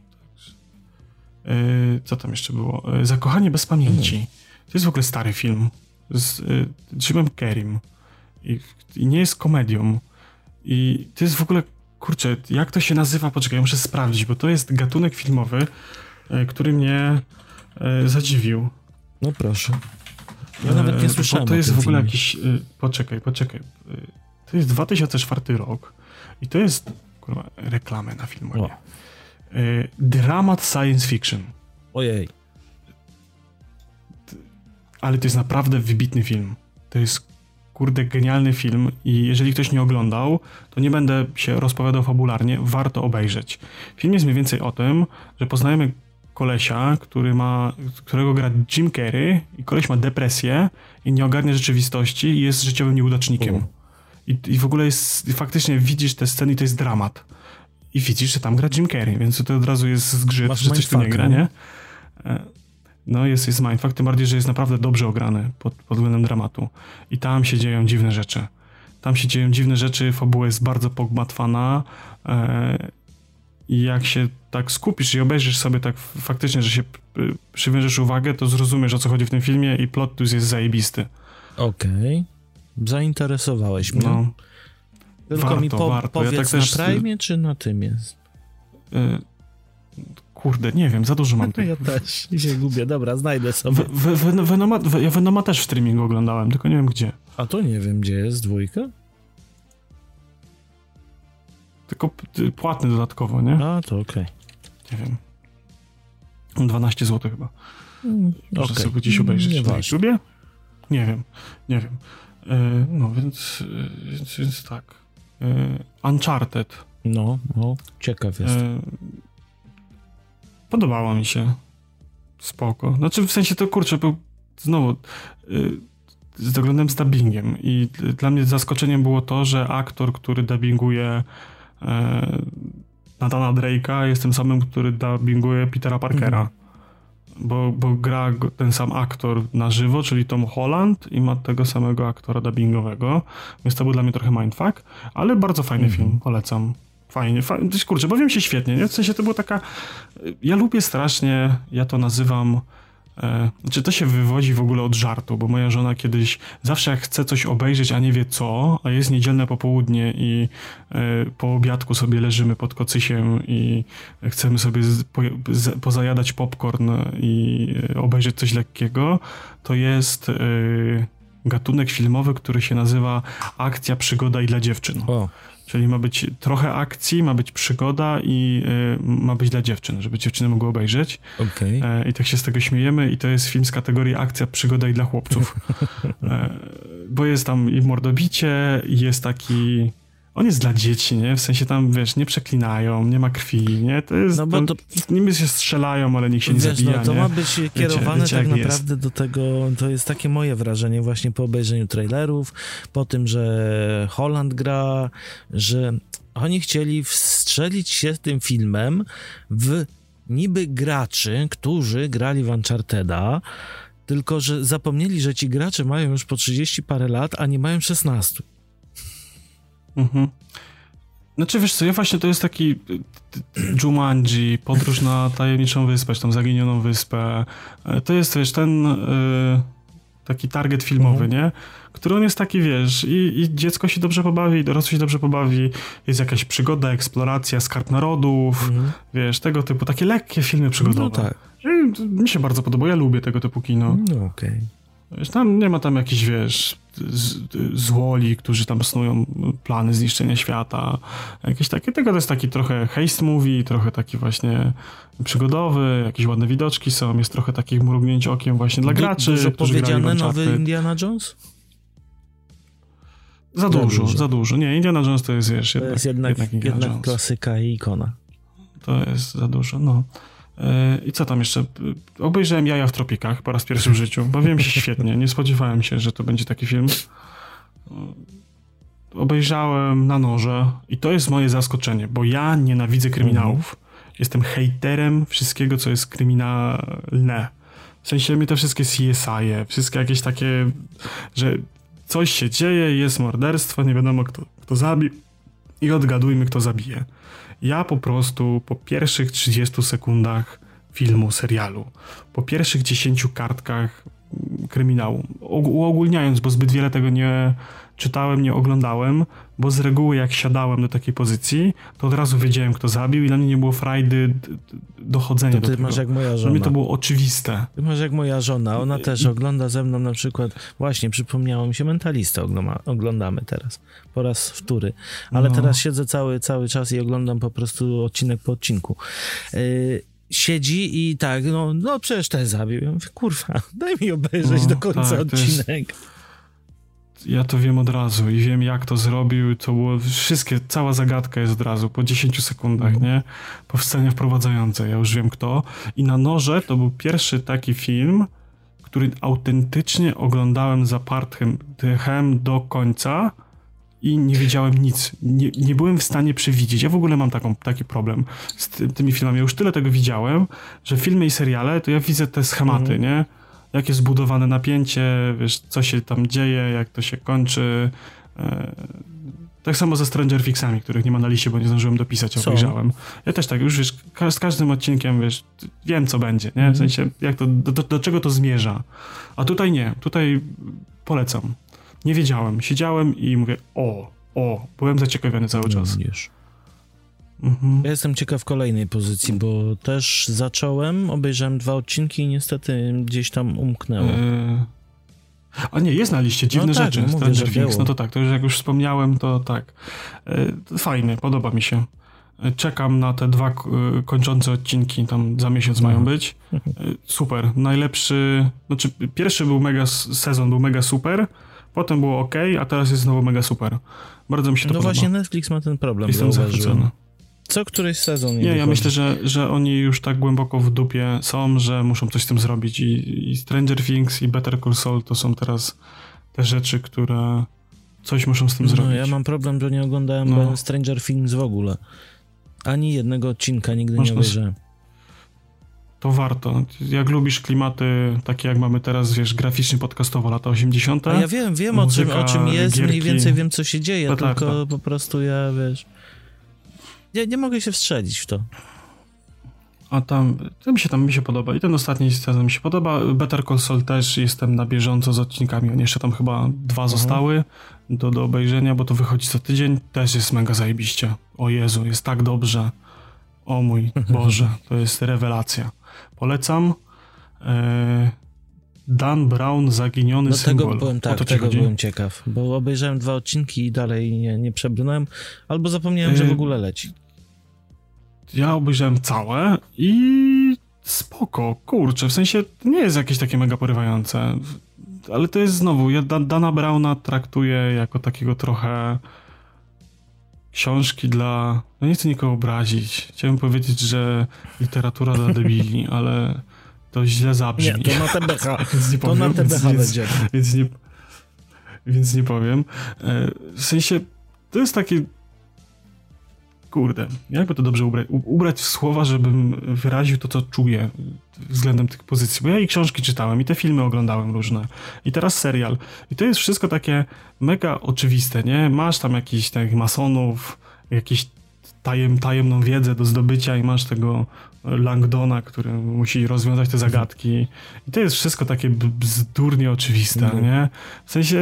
Co tam jeszcze było? Zakochanie bez pamięci. Hmm. To jest w ogóle stary film. Z y, Jimem Carreym I, i nie jest komedią i to jest w ogóle, kurczę, jak to się nazywa, poczekaj, ja muszę sprawdzić, bo to jest gatunek filmowy, y, który mnie y, zadziwił. No proszę. Ja nawet nie słyszałem to jest w ogóle filmie. jakiś, y, poczekaj, poczekaj, y, to jest dwa tysiące czwarty rok i to jest, kurwa, reklamę na filmowie. Y, dramat science fiction. Ojej. Ale to jest naprawdę wybitny film. To jest, kurde, genialny film i jeżeli ktoś nie oglądał, to nie będę się rozpowiadał fabularnie, warto obejrzeć. Film jest mniej więcej o tym, że poznajemy kolesia, który ma, którego gra Jim Carrey i koleś ma depresję i nie ogarnia rzeczywistości i jest życiowym nieudacznikiem. Uh. I, I w ogóle jest, faktycznie widzisz te sceny i to jest dramat. I widzisz, że tam gra Jim Carrey, więc to od razu jest zgrzyt, Masz że coś tu nie gra, nie? No jest, jest mindfuck, tym bardziej, że jest naprawdę dobrze ograny pod, pod względem dramatu. I tam się dzieją dziwne rzeczy. Tam się dzieją dziwne rzeczy, fabuła jest bardzo pogmatwana e, i jak się tak skupisz i obejrzysz sobie tak faktycznie, że się y, przywiążesz uwagę, to zrozumiesz, o co chodzi w tym filmie i plot twist jest zajebisty. Okej. Okay. Zainteresowałeś mnie. No. Tylko warto, mi po, warto. powiedz, ja tak na też, Prime czy na tym jest? Y, Kurde, nie wiem, za dużo mam tych. Ja też i się gubię, dobra, znajdę sobie. W, w, w, Venoma, w, ja Venoma też w streamingu oglądałem, tylko nie wiem gdzie. A to nie wiem, gdzie jest dwójka? Tylko płatny dodatkowo, nie? A, to okej. Okay. Nie wiem. dwanaście złotych chyba. Mm, Muszę okay. sobie gdzieś obejrzeć nie na YouTubie? Nie wiem, nie wiem. E, no, więc, więc, więc tak. E, Uncharted. No, no, ciekaw jest. E, Podobało mi się. Spoko. Znaczy w sensie to, kurczę, był znowu yy, z oglądem z dubbingiem i dla mnie zaskoczeniem było to, że aktor, który dubbinguje yy, Nathana Drake'a jest tym samym, który dubbinguje Petera Parkera. Mhm. Bo, bo gra ten sam aktor na żywo, czyli Tom Holland i ma tego samego aktora dubbingowego, więc to był dla mnie trochę mindfuck, ale bardzo fajny mhm. film, polecam. Fajnie, fajnie, kurczę, bawiłem się świetnie, nie? W sensie to było taka, ja lubię strasznie, ja to nazywam, e, znaczy to się wywodzi w ogóle od żartu, bo moja żona kiedyś, zawsze jak chce coś obejrzeć, a nie wie co, a jest niedzielne popołudnie i e, po obiadku sobie leżymy pod kocysiem i chcemy sobie z, po, z, pozajadać popcorn i obejrzeć coś lekkiego, to jest e, gatunek filmowy, który się nazywa Akcja, przygoda i dla dziewczyn. O. Czyli ma być trochę akcji, ma być przygoda i y, ma być dla dziewczyn, żeby dziewczyny mogły obejrzeć. Okay. E, I tak się z tego śmiejemy i to jest film z kategorii akcja, przygoda i dla chłopców. E, bo jest tam i mordobicie, i jest taki... On jest dla dzieci, nie? W sensie tam, wiesz, nie przeklinają, nie ma krwi, nie? To jest... No bo to... Niby się strzelają, ale nikt się nie wiesz, zabija, no to nie? ma być kierowane wiecie, tak wiecie, naprawdę jest. do tego, to jest takie moje wrażenie właśnie po obejrzeniu trailerów, po tym, że Holland gra, że oni chcieli wstrzelić się tym filmem w niby graczy, którzy grali w Uncharteda, tylko że zapomnieli, że ci gracze mają już po trzydzieści parę lat, a nie mają szesnaście. Mhm. Znaczy, wiesz co, ja właśnie to jest taki Jumanji, podróż na tajemniczą wyspę, czy tam zaginioną wyspę. To jest, wiesz, ten y, taki target filmowy, mhm. nie? Który on jest taki, wiesz, i, i dziecko się dobrze pobawi, i dorosły się dobrze pobawi, jest jakaś przygoda, eksploracja, skarb narodów, mhm. wiesz, tego typu, takie lekkie filmy przygodowe. No tak. I mi się bardzo podoba, ja lubię tego typu kino. No okej. Okay. Wiesz, tam nie ma tam jakichś, wiesz, z, złoli, którzy tam snują plany zniszczenia świata, jakieś takie, tylko to jest taki trochę heist movie, trochę taki właśnie przygodowy, jakieś ładne widoczki są, jest trochę takich mrugnięć okiem właśnie dla graczy, Dużo którzy powiedziane nowy Indiana Jones? Za dużo, dużo, za dużo. Nie, Indiana Jones to jest, wiesz, to jednak, jest jednak, jednak, jednak klasyka i ikona. To jest za dużo, no. I co tam jeszcze? Obejrzałem Jaja w tropikach po raz pierwszy w życiu. Bawiłem się świetnie. Nie spodziewałem się, że to będzie taki film. Obejrzałem Na noże i to jest moje zaskoczenie, bo ja nienawidzę kryminałów. Jestem hejterem wszystkiego, co jest kryminalne. W sensie mi te wszystkie C S I-e, wszystkie jakieś takie, że coś się dzieje, jest morderstwo, nie wiadomo kto, kto zabił i odgadujmy, kto zabije. Ja po prostu po pierwszych trzydziestu sekundach filmu, serialu, po pierwszych dziesięciu kartkach kryminału, uogólniając, bo zbyt wiele tego nie czytałem, nie oglądałem, bo z reguły jak siadałem do takiej pozycji, to od razu wiedziałem, kto zabił i dla mnie nie było frajdy dochodzenia to do ty tego. Masz jak moja żona. Dla mnie to było oczywiste. Ty masz jak moja żona, ona też ogląda ze mną na przykład, właśnie przypomniało mi się Mentalistę, ogląda, oglądamy teraz, po raz wtóry, ale no. teraz siedzę cały, cały czas i oglądam po prostu odcinek po odcinku. Yy, siedzi i tak, no, no przecież ten zabił. Ja mówię, kurwa, daj mi obejrzeć no, do końca tak, odcinek. Ja to wiem od razu i wiem, jak to zrobił. To było wszystkie, cała zagadka jest od razu, po dziesięciu sekundach, mm. nie? Po scenie wprowadzającej, ja już wiem kto. I Na noże to był pierwszy taki film, który autentycznie oglądałem zapartym dychem do końca i nie wiedziałem nic. Nie, nie byłem w stanie przewidzieć. Ja w ogóle mam taką, taki problem z ty, tymi filmami. Ja już tyle tego widziałem, że filmy i seriale, to ja widzę te schematy, mm. nie? Jak jest zbudowane napięcie, wiesz, co się tam dzieje, jak to się kończy. E, tak samo ze Stranger Thingsami, których nie ma na liście, bo nie zdążyłem dopisać, a obejrzałem. Ja też tak, już wiesz, ka- z każdym odcinkiem, wiesz, wiem, co będzie, nie? W sensie, jak to, do, do, do czego to zmierza. A tutaj nie, tutaj polecam. Nie wiedziałem, siedziałem i mówię, o, o, byłem zaciekawiony cały czas. Również. Mhm. Ja jestem ciekaw kolejnej pozycji, bo też zacząłem, obejrzałem dwa odcinki i niestety gdzieś tam umknęło. Yy... A nie, jest na liście Dziwne no tak, rzeczy, no Stranger Things, no to tak, to już jak już wspomniałem, to tak. Yy, fajny, podoba mi się. Yy, czekam na te dwa yy, kończące odcinki, tam za miesiąc no. mają być. Yy, super, najlepszy, znaczy pierwszy był mega, sezon był mega super, potem było ok, a teraz jest znowu mega super. Bardzo mi się to no podoba. No właśnie Netflix ma ten problem, jestem zachwycony. Co któryś sezon nie Nie, wychodzi. Ja myślę, że, że oni już tak głęboko w dupie są, że muszą coś z tym zrobić i, i Stranger Things i Better Call Saul to są teraz te rzeczy, które coś muszą z tym no, zrobić. Ja mam problem, że nie oglądałem no. Stranger Things w ogóle. Ani jednego odcinka nigdy Można nie obejrzałem. To warto. Jak lubisz klimaty takie jak mamy teraz, wiesz, graficznie podcastowo, lata osiemdziesiąte. A ja wiem, wiem muzyka, o, czym, o czym jest, gierki. Mniej więcej wiem, co się dzieje, tak, tylko tak. po prostu ja, wiesz... Ja nie mogę się wstrzelić w to. A tam, to mi się tam mi się podoba. I ten ostatni sezon mi się podoba. Better Call Saul też jestem na bieżąco z odcinkami. Oni jeszcze tam chyba dwa mhm. zostały do, do obejrzenia, bo to wychodzi co tydzień. Też jest mega zajebiście. O Jezu, jest tak dobrze. O mój Boże, to jest rewelacja. Polecam. Eee, Dan Brown, Zaginiony no symbol. Tego byłem, tak, tego chodzi? byłem ciekaw, bo obejrzałem dwa odcinki i dalej nie, nie przebrnąłem, albo zapomniałem, że w ogóle leci. Ja obejrzałem całe i spoko, kurczę, w sensie nie jest jakieś takie mega porywające, ale to jest znowu, ja Dana Browna traktuję jako takiego trochę książki dla, no nie chcę nikogo obrazić, chciałem powiedzieć, że literatura dla debili, ale to źle zabrzmi. Nie, to na T B H, więc nie to powiem, na T B H więc, będzie. Więc nie, więc nie powiem. W sensie, to jest takie, kurde, jakby to dobrze ubrać, ubrać w słowa, żebym wyraził to, co czuję względem tych pozycji, bo ja i książki czytałem, i te filmy oglądałem różne, i teraz serial. I to jest wszystko takie mega oczywiste, nie? Masz tam jakichś tych masonów, jakieś tajem, tajemną wiedzę do zdobycia i masz tego Langdona, który musi rozwiązać te zagadki. I to jest wszystko takie bzdurnie oczywiste, mhm. nie? W sensie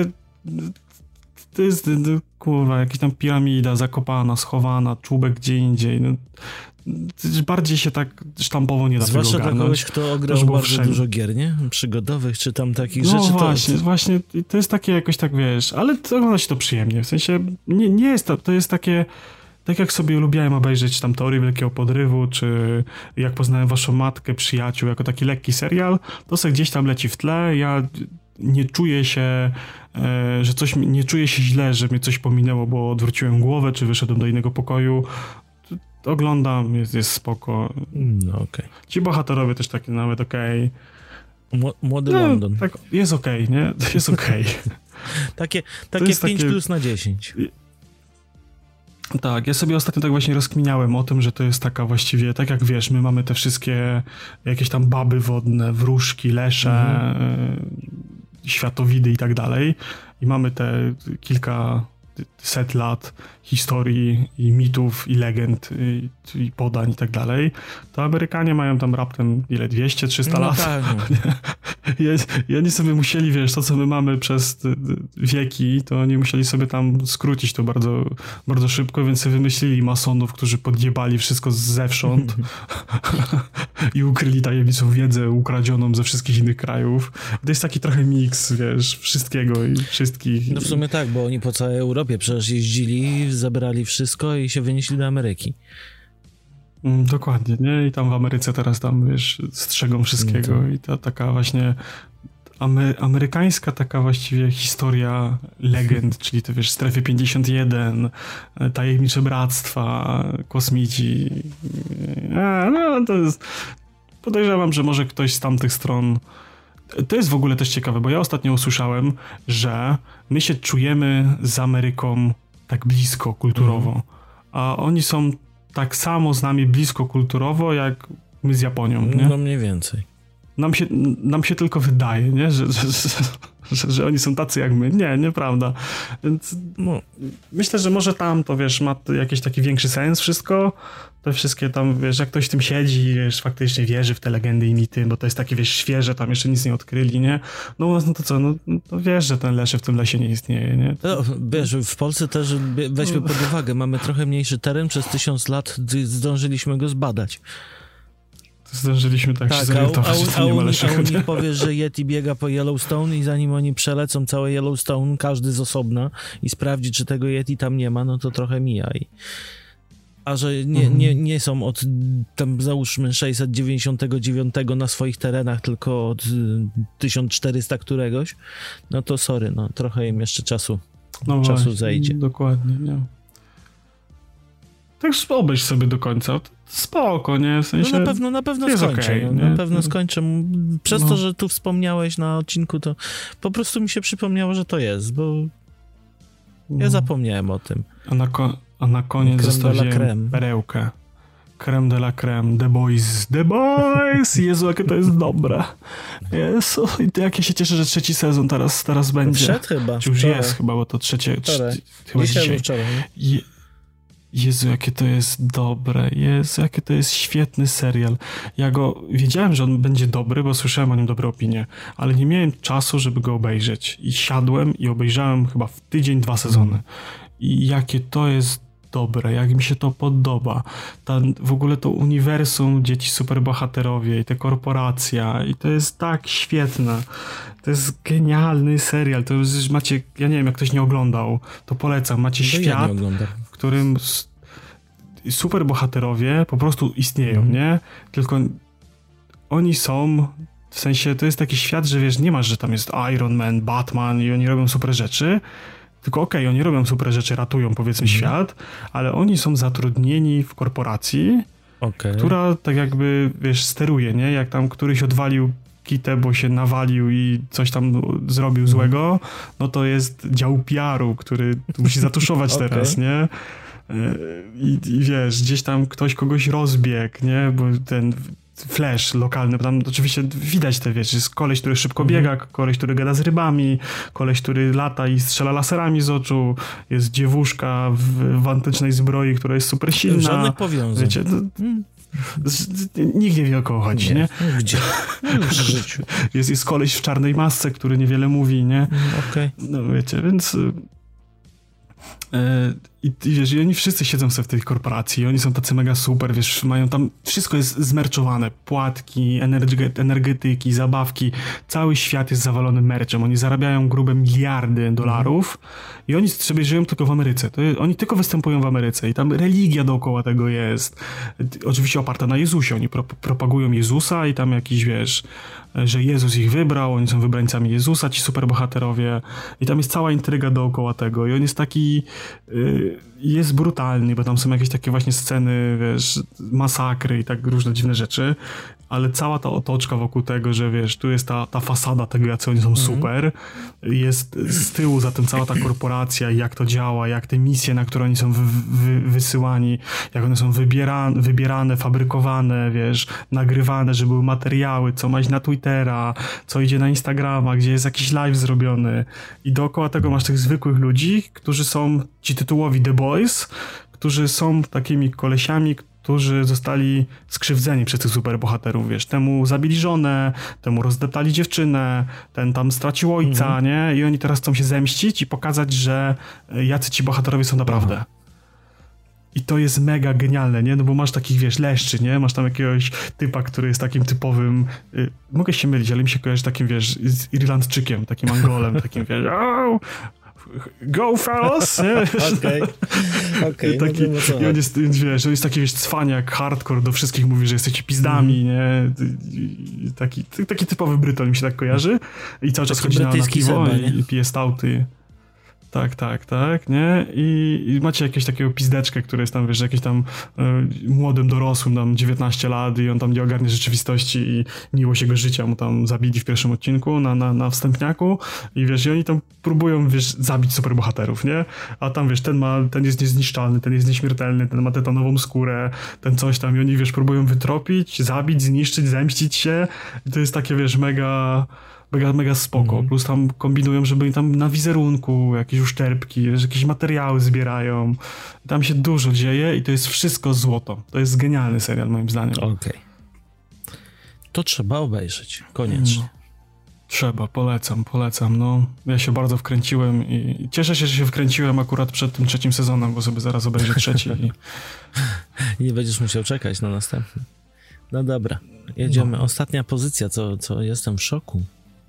to jest, kurwa, jakaś tam piramida zakopana, schowana, czubek gdzie indziej. No, bardziej się tak sztampowo nie da Zwłaszcza tego ogarnąć. Zwłaszcza dla kogoś, kto ograł bardzo wszędzie. dużo gier, nie? Przygodowych, czy tam takich no rzeczy. No właśnie, to... właśnie, to jest takie jakoś tak, wiesz, ale to ogląda się to przyjemnie, w sensie nie, nie jest to, to jest takie, tak jak sobie lubiłem obejrzeć tam Teorię Wielkiego Podrywu, czy Jak poznałem waszą matkę, Przyjaciół, jako taki lekki serial, to sobie gdzieś tam leci w tle, ja nie czuję się, e, że coś, nie czuję się źle, że mnie coś pominęło, bo odwróciłem głowę, czy wyszedłem do innego pokoju. Oglądam, jest, jest spoko. No okej. Okay. Ci bohaterowie też takie nawet okej. Okay. Młody no, London. Tak, jest okej, okay, nie? Jest okej. Okay. takie takie pięć plus na dziesięć. Tak, ja sobie ostatnio tak właśnie rozkminiałem o tym, że to jest taka właściwie, tak jak wiesz, my mamy te wszystkie jakieś tam baby wodne, wróżki, lesze, mhm. światowidy i tak dalej i mamy te kilka set lat historii i mitów i legend i, i podań i tak dalej, to Amerykanie mają tam raptem ile, dwieście trzysta no lat. Tak, no. I, I oni sobie musieli, wiesz, to co my mamy przez wieki, to oni musieli sobie tam skrócić to bardzo, bardzo szybko, więc sobie wymyślili masonów, którzy podjebali wszystko zewsząd i ukryli tajemniczą wiedzę ukradzioną ze wszystkich innych krajów. To jest taki trochę miks, wiesz, wszystkiego i wszystkich. No w sumie tak, bo oni po całej Europie przecież jeździli, zabrali wszystko i się wynieśli do Ameryki. Mm, dokładnie, nie? I tam w Ameryce teraz tam, wiesz, strzegą wszystkiego no to... i ta taka właśnie amery- amerykańska taka właściwie historia legend, czyli to, wiesz, Strefy pięćdziesiąt jeden, Tajemnicze Bractwa, Kosmici. A, no to jest... Podejrzewam, że może ktoś z tamtych stron... To jest w ogóle też ciekawe, bo ja ostatnio usłyszałem, że my się czujemy z Ameryką tak blisko kulturowo, mm. a oni są tak samo z nami blisko kulturowo, jak my z Japonią, nie? No mniej więcej. Nam się, nam się tylko wydaje, nie? Że, że, że, że oni są tacy jak my. Nie, nieprawda. Więc no, myślę, że może tam to, wiesz, ma jakiś taki większy sens wszystko. Te wszystkie tam, wiesz, jak ktoś w tym siedzi, wiesz, faktycznie wierzy w te legendy i mity, bo to jest takie, wiesz, świeże, tam jeszcze nic nie odkryli, nie? No, no to co, no to wiesz, że ten leszy w tym lesie nie istnieje, nie? No, wiesz, w Polsce też weźmy pod uwagę, mamy trochę mniejszy teren, przez tysiąc lat zdążyliśmy go zbadać. Zdążyliśmy tak, tak się zorientować, że a, a, nie ma leszyka. A u nich powiesz, że Yeti biega po Yellowstone i zanim oni przelecą całe Yellowstone, każdy z osobna i sprawdzi, czy tego Yeti tam nie ma, no to trochę mija. I... A że nie, mhm. nie, nie są od tam załóżmy sześćset dziewięćdziesiątego dziewiątego na swoich terenach, tylko od tysiąc czterysta któregoś, no to sorry, no trochę im jeszcze czasu, no czasu właśnie, zejdzie. Dokładnie, nie. Tak obejrz sobie do końca. Spoko, nie? W sensie no na pewno, na pewno skończę. Okay, no, na pewno skończę. Przez no. to, że tu wspomniałeś na odcinku, to po prostu mi się przypomniało, że to jest, bo no. ja zapomniałem o tym. A na, ko- a na koniec zostawiłem perełkę. Creme de la creme, The Boys. The Boys! Jezu, jakie to jest dobre. Jezu, i to jak ja się cieszę, że trzeci sezon teraz, teraz będzie. Wszedł chyba. Czy już wczoraj. Jest chyba, bo to trzecie... Trz- chyba dzisiaj. dzisiaj. Wczoraj, Je- Jezu, jakie to jest dobre. Jezu, jakie to jest świetny serial. Ja go... Wiedziałem, że on będzie dobry, bo słyszałem o nim dobre opinie, ale nie miałem czasu, żeby go obejrzeć. I siadłem i obejrzałem chyba w tydzień dwa sezony. I jakie to jest dobre, jak mi się to podoba. Ta, w ogóle to uniwersum, dzieci superbohaterowie i te korporacja i to jest tak świetne. To jest genialny serial. To już macie, ja nie wiem, jak ktoś nie oglądał, to polecam. Macie To świat, ja nie oglądam. w którym s- superbohaterowie po prostu istnieją, Mhm. nie? Tylko oni są, w sensie to jest taki świat, że wiesz, nie masz, że tam jest Iron Man, Batman i oni robią super rzeczy, tylko okej, okay, oni robią super rzeczy, ratują powiedzmy Mhm. świat, ale oni są zatrudnieni w korporacji, Okej. która tak jakby, wiesz, steruje, nie? Jak tam któryś odwalił kitę, bo się nawalił i coś tam zrobił Mhm. złego, no to jest dział P R-u, który musi zatuszować Okej. teraz, nie? I, I wiesz, gdzieś tam ktoś kogoś rozbiegł, nie? Bo ten Flash lokalny, bo tam oczywiście widać te, wiesz, jest koleś, który szybko Mhm. biega, koleś, który gada z rybami, koleś, który lata i strzela laserami z oczu, jest dziewuszka w, w antycznej zbroi, która jest super silna. Żadnych powiązań. Wiecie, to, Hmm. z, z, nikt nie wie, o kogo chodzi, nie? No, gdzie? No, w życiu. Jest, jest koleś w czarnej masce, który niewiele mówi, nie? Mm, Okej. No wiecie, więc... y, y, I, I wiesz, i oni wszyscy siedzą sobie w tej korporacji, oni są tacy mega super, wiesz, mają tam, wszystko jest zmerczowane, płatki, energe- energetyki, zabawki, cały świat jest zawalony merchem, oni zarabiają grube miliardy dolarów i oni sobie żyją tylko w Ameryce, to, oni tylko występują w Ameryce i tam religia dookoła tego jest, oczywiście oparta na Jezusie, oni pro, propagują Jezusa i tam jakiś, wiesz, że Jezus ich wybrał, oni są wybrańcami Jezusa, ci superbohaterowie i tam jest cała intryga dookoła tego i on jest taki y, jest brutalny, bo tam są jakieś takie właśnie sceny, wiesz, masakry i tak różne dziwne rzeczy, ale cała ta otoczka wokół tego, że wiesz, tu jest ta, ta fasada tego, jacy oni są super, jest z tyłu za tym cała ta korporacja i jak to działa, jak te misje, na które oni są wy, wy, wysyłani, jak one są wybierane, wybierane, fabrykowane, wiesz, nagrywane, żeby były materiały, co ma iść na Twittera, co idzie na Instagrama, gdzie jest jakiś live zrobiony i dookoła tego masz tych zwykłych ludzi, którzy są ci tytułowi The Boys, którzy są takimi kolesiami, którzy zostali skrzywdzeni przez tych superbohaterów, wiesz, temu zabili żonę, temu rozdeptali dziewczynę, ten tam stracił ojca, mhm. nie? I oni teraz chcą się zemścić i pokazać, że jacy ci bohaterowie są naprawdę. Aha. I to jest mega genialne, nie? No bo masz takich, wiesz, leszczy, nie? Masz tam jakiegoś typa, który jest takim typowym, y, mogę się mylić, ale mi się kojarzy takim, wiesz, z Irlandczykiem, takim Angolem, takim, wiesz, oh, go fellas! Okej, okej. Okay, no I on jest, wiesz, on jest taki, wiesz, cwaniak, hardcore, do wszystkich mówi, że jesteście pizdami, mm. nie? I taki, taki typowy Bryton mi się tak kojarzy. I cały czas chodzi na, na piwo Seba, i, i pije stouty. Tak, tak, tak, nie? I, i macie jakieś takiego pizdeczkę, który jest tam, wiesz, jakimś tam y, młodym dorosłym, tam dziewiętnaście lat i on tam nie ogarnie rzeczywistości i miłość jego życia mu tam zabili w pierwszym odcinku na, na, na wstępniaku i wiesz, i oni tam próbują, wiesz, zabić superbohaterów, nie? A tam, wiesz, ten ma, ten jest niezniszczalny, ten jest nieśmiertelny, ten ma tytanową skórę, ten coś tam i oni, wiesz, próbują wytropić, zabić, zniszczyć, zemścić się i to jest takie, wiesz, mega... Mega, mega spoko, mm. plus tam kombinują, żeby tam na wizerunku jakieś uszczerbki, jakieś materiały zbierają. Tam się dużo dzieje i to jest wszystko złoto. To jest genialny serial moim zdaniem. Okej. Okay. To trzeba obejrzeć, koniecznie. No. Trzeba, polecam, polecam. No, ja się bardzo wkręciłem i cieszę się, że się wkręciłem akurat przed tym trzecim sezonem, bo sobie zaraz obejrzę trzeci. I... Nie będziesz musiał czekać na następny. No dobra, jedziemy. No. Ostatnia pozycja, co, co jestem w szoku.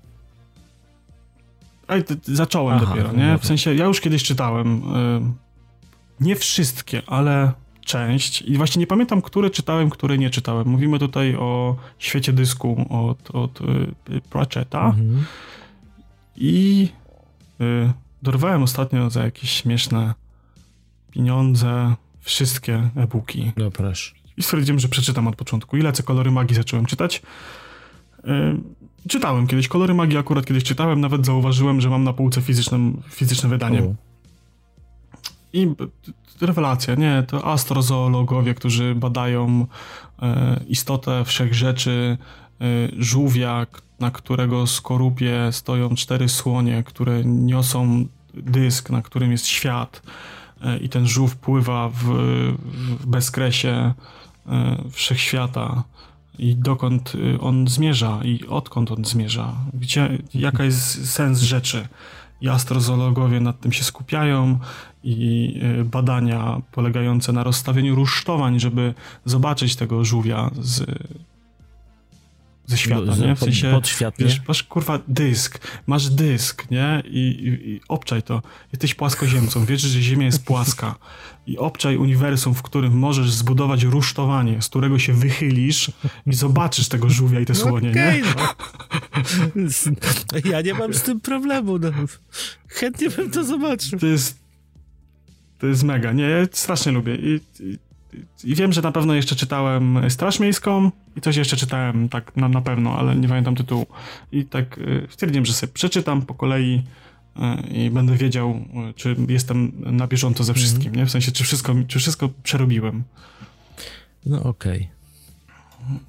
Ej, zacząłem Aha, dopiero, nie? W sensie, ja już kiedyś czytałem, y, nie wszystkie, ale część i właśnie nie pamiętam, które czytałem, które nie czytałem. Mówimy tutaj o Świecie Dysku od, od y, Pratchetta mhm. i y, dorwałem ostatnio za jakieś śmieszne pieniądze wszystkie e-booki. No proszę. I stwierdziłem, że przeczytam od początku. I lecę Kolory Magii zacząłem czytać. Y, Czytałem kiedyś, Kolory Magii akurat kiedyś czytałem, nawet zauważyłem, że mam na półce fizyczne, fizyczne wydanie. U. I rewelacja, nie, to astrozoologowie, którzy badają e, istotę wszechrzeczy, e, żółwia, na którego skorupie stoją cztery słonie, które niosą dysk, na którym jest świat e, i ten żółw pływa w, w bezkresie e, wszechświata. I dokąd on zmierza i odkąd on zmierza, gdzie, jaka jest sens rzeczy. i astrozoologowie nad tym się skupiają i badania polegające na rozstawieniu rusztowań, żeby zobaczyć tego żółwia z, ze świata, z, nie? W sensie, podświatnie. wiesz, masz kurwa dysk, masz dysk, nie? I, i, i obczaj to. Jesteś płaskoziemcą, wiesz, że Ziemia jest płaska i obczaj uniwersum, w którym możesz zbudować rusztowanie, z którego się wychylisz i zobaczysz tego żółwia i te słonie, okay, nie? No. Ja nie mam z tym problemu, no. Chętnie bym to zobaczył. To jest to jest mega, nie? Ja strasznie lubię i, i, i wiem, że na pewno jeszcze czytałem Straż Miejską i coś jeszcze czytałem tak na, na pewno, ale nie pamiętam tytułu. I tak y, stwierdziłem, że sobie przeczytam po kolei y, i będę wiedział, y, czy jestem na bieżąco ze wszystkim, mm. nie? W sensie, czy wszystko, czy wszystko przerobiłem. No okej. Okay.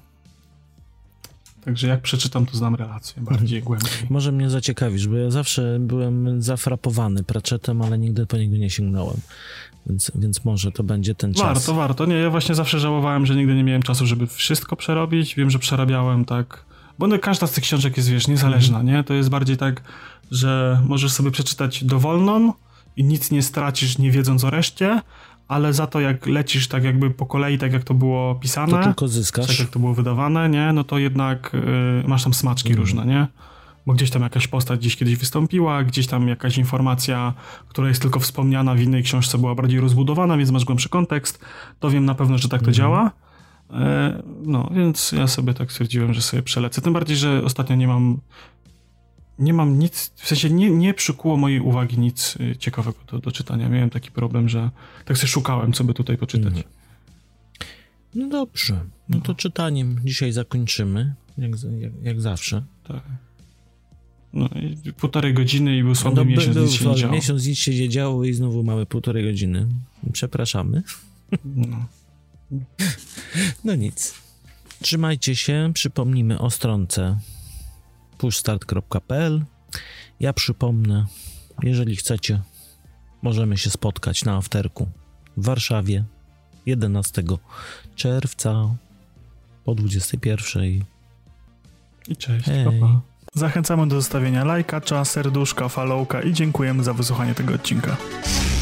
Także jak przeczytam, to znam relację bardziej mhm. głębiej. Może mnie zaciekawisz, bo ja zawsze byłem zafrapowany Pratchettem, ale nigdy po niego nie sięgnąłem. Więc, więc może to będzie ten czas. Warto, warto. Nie, ja właśnie zawsze żałowałem, że nigdy nie miałem czasu, żeby wszystko przerobić. Wiem, że przerabiałem tak... Bo no, każda z tych książek jest, wiesz, niezależna, mhm. nie? To jest bardziej tak, że możesz sobie przeczytać dowolną i nic nie stracisz, nie wiedząc o reszcie, ale za to jak lecisz tak jakby po kolei, tak jak to było pisane, to tylko zyskasz. Tak jak to było wydawane, nie? No to jednak y, masz tam smaczki mm. różne, nie? Bo gdzieś tam jakaś postać gdzieś kiedyś wystąpiła, gdzieś tam jakaś informacja, która jest tylko wspomniana w innej książce, była bardziej rozbudowana, więc masz głębszy kontekst. To wiem na pewno, że tak to mm. działa. Y, no, więc ja sobie tak stwierdziłem, że sobie przelecę. Tym bardziej, że ostatnio nie mam nie mam nic, w sensie nie, nie przykuło mojej uwagi nic ciekawego do, do czytania. Miałem taki problem, że tak sobie szukałem, co by tutaj poczytać. Mhm. No dobrze, no, no to czytaniem dzisiaj zakończymy, jak, jak, jak zawsze. Tak. No i półtorej godziny i był słaby no, miesiąc, był, nic się nie działo. Miesiąc nic się nie działo i znowu mamy półtorej godziny. Przepraszamy. No. No nic. Trzymajcie się, przypomnimy o stronce pushstart kropka p l. Ja przypomnę, jeżeli chcecie, możemy się spotkać na afterku w Warszawie jedenastego czerwca po dwudziestej pierwszej. I cześć, Hej. pa, pa. Zachęcamy do zostawienia lajka, serduszka, followka i dziękujemy za wysłuchanie tego odcinka.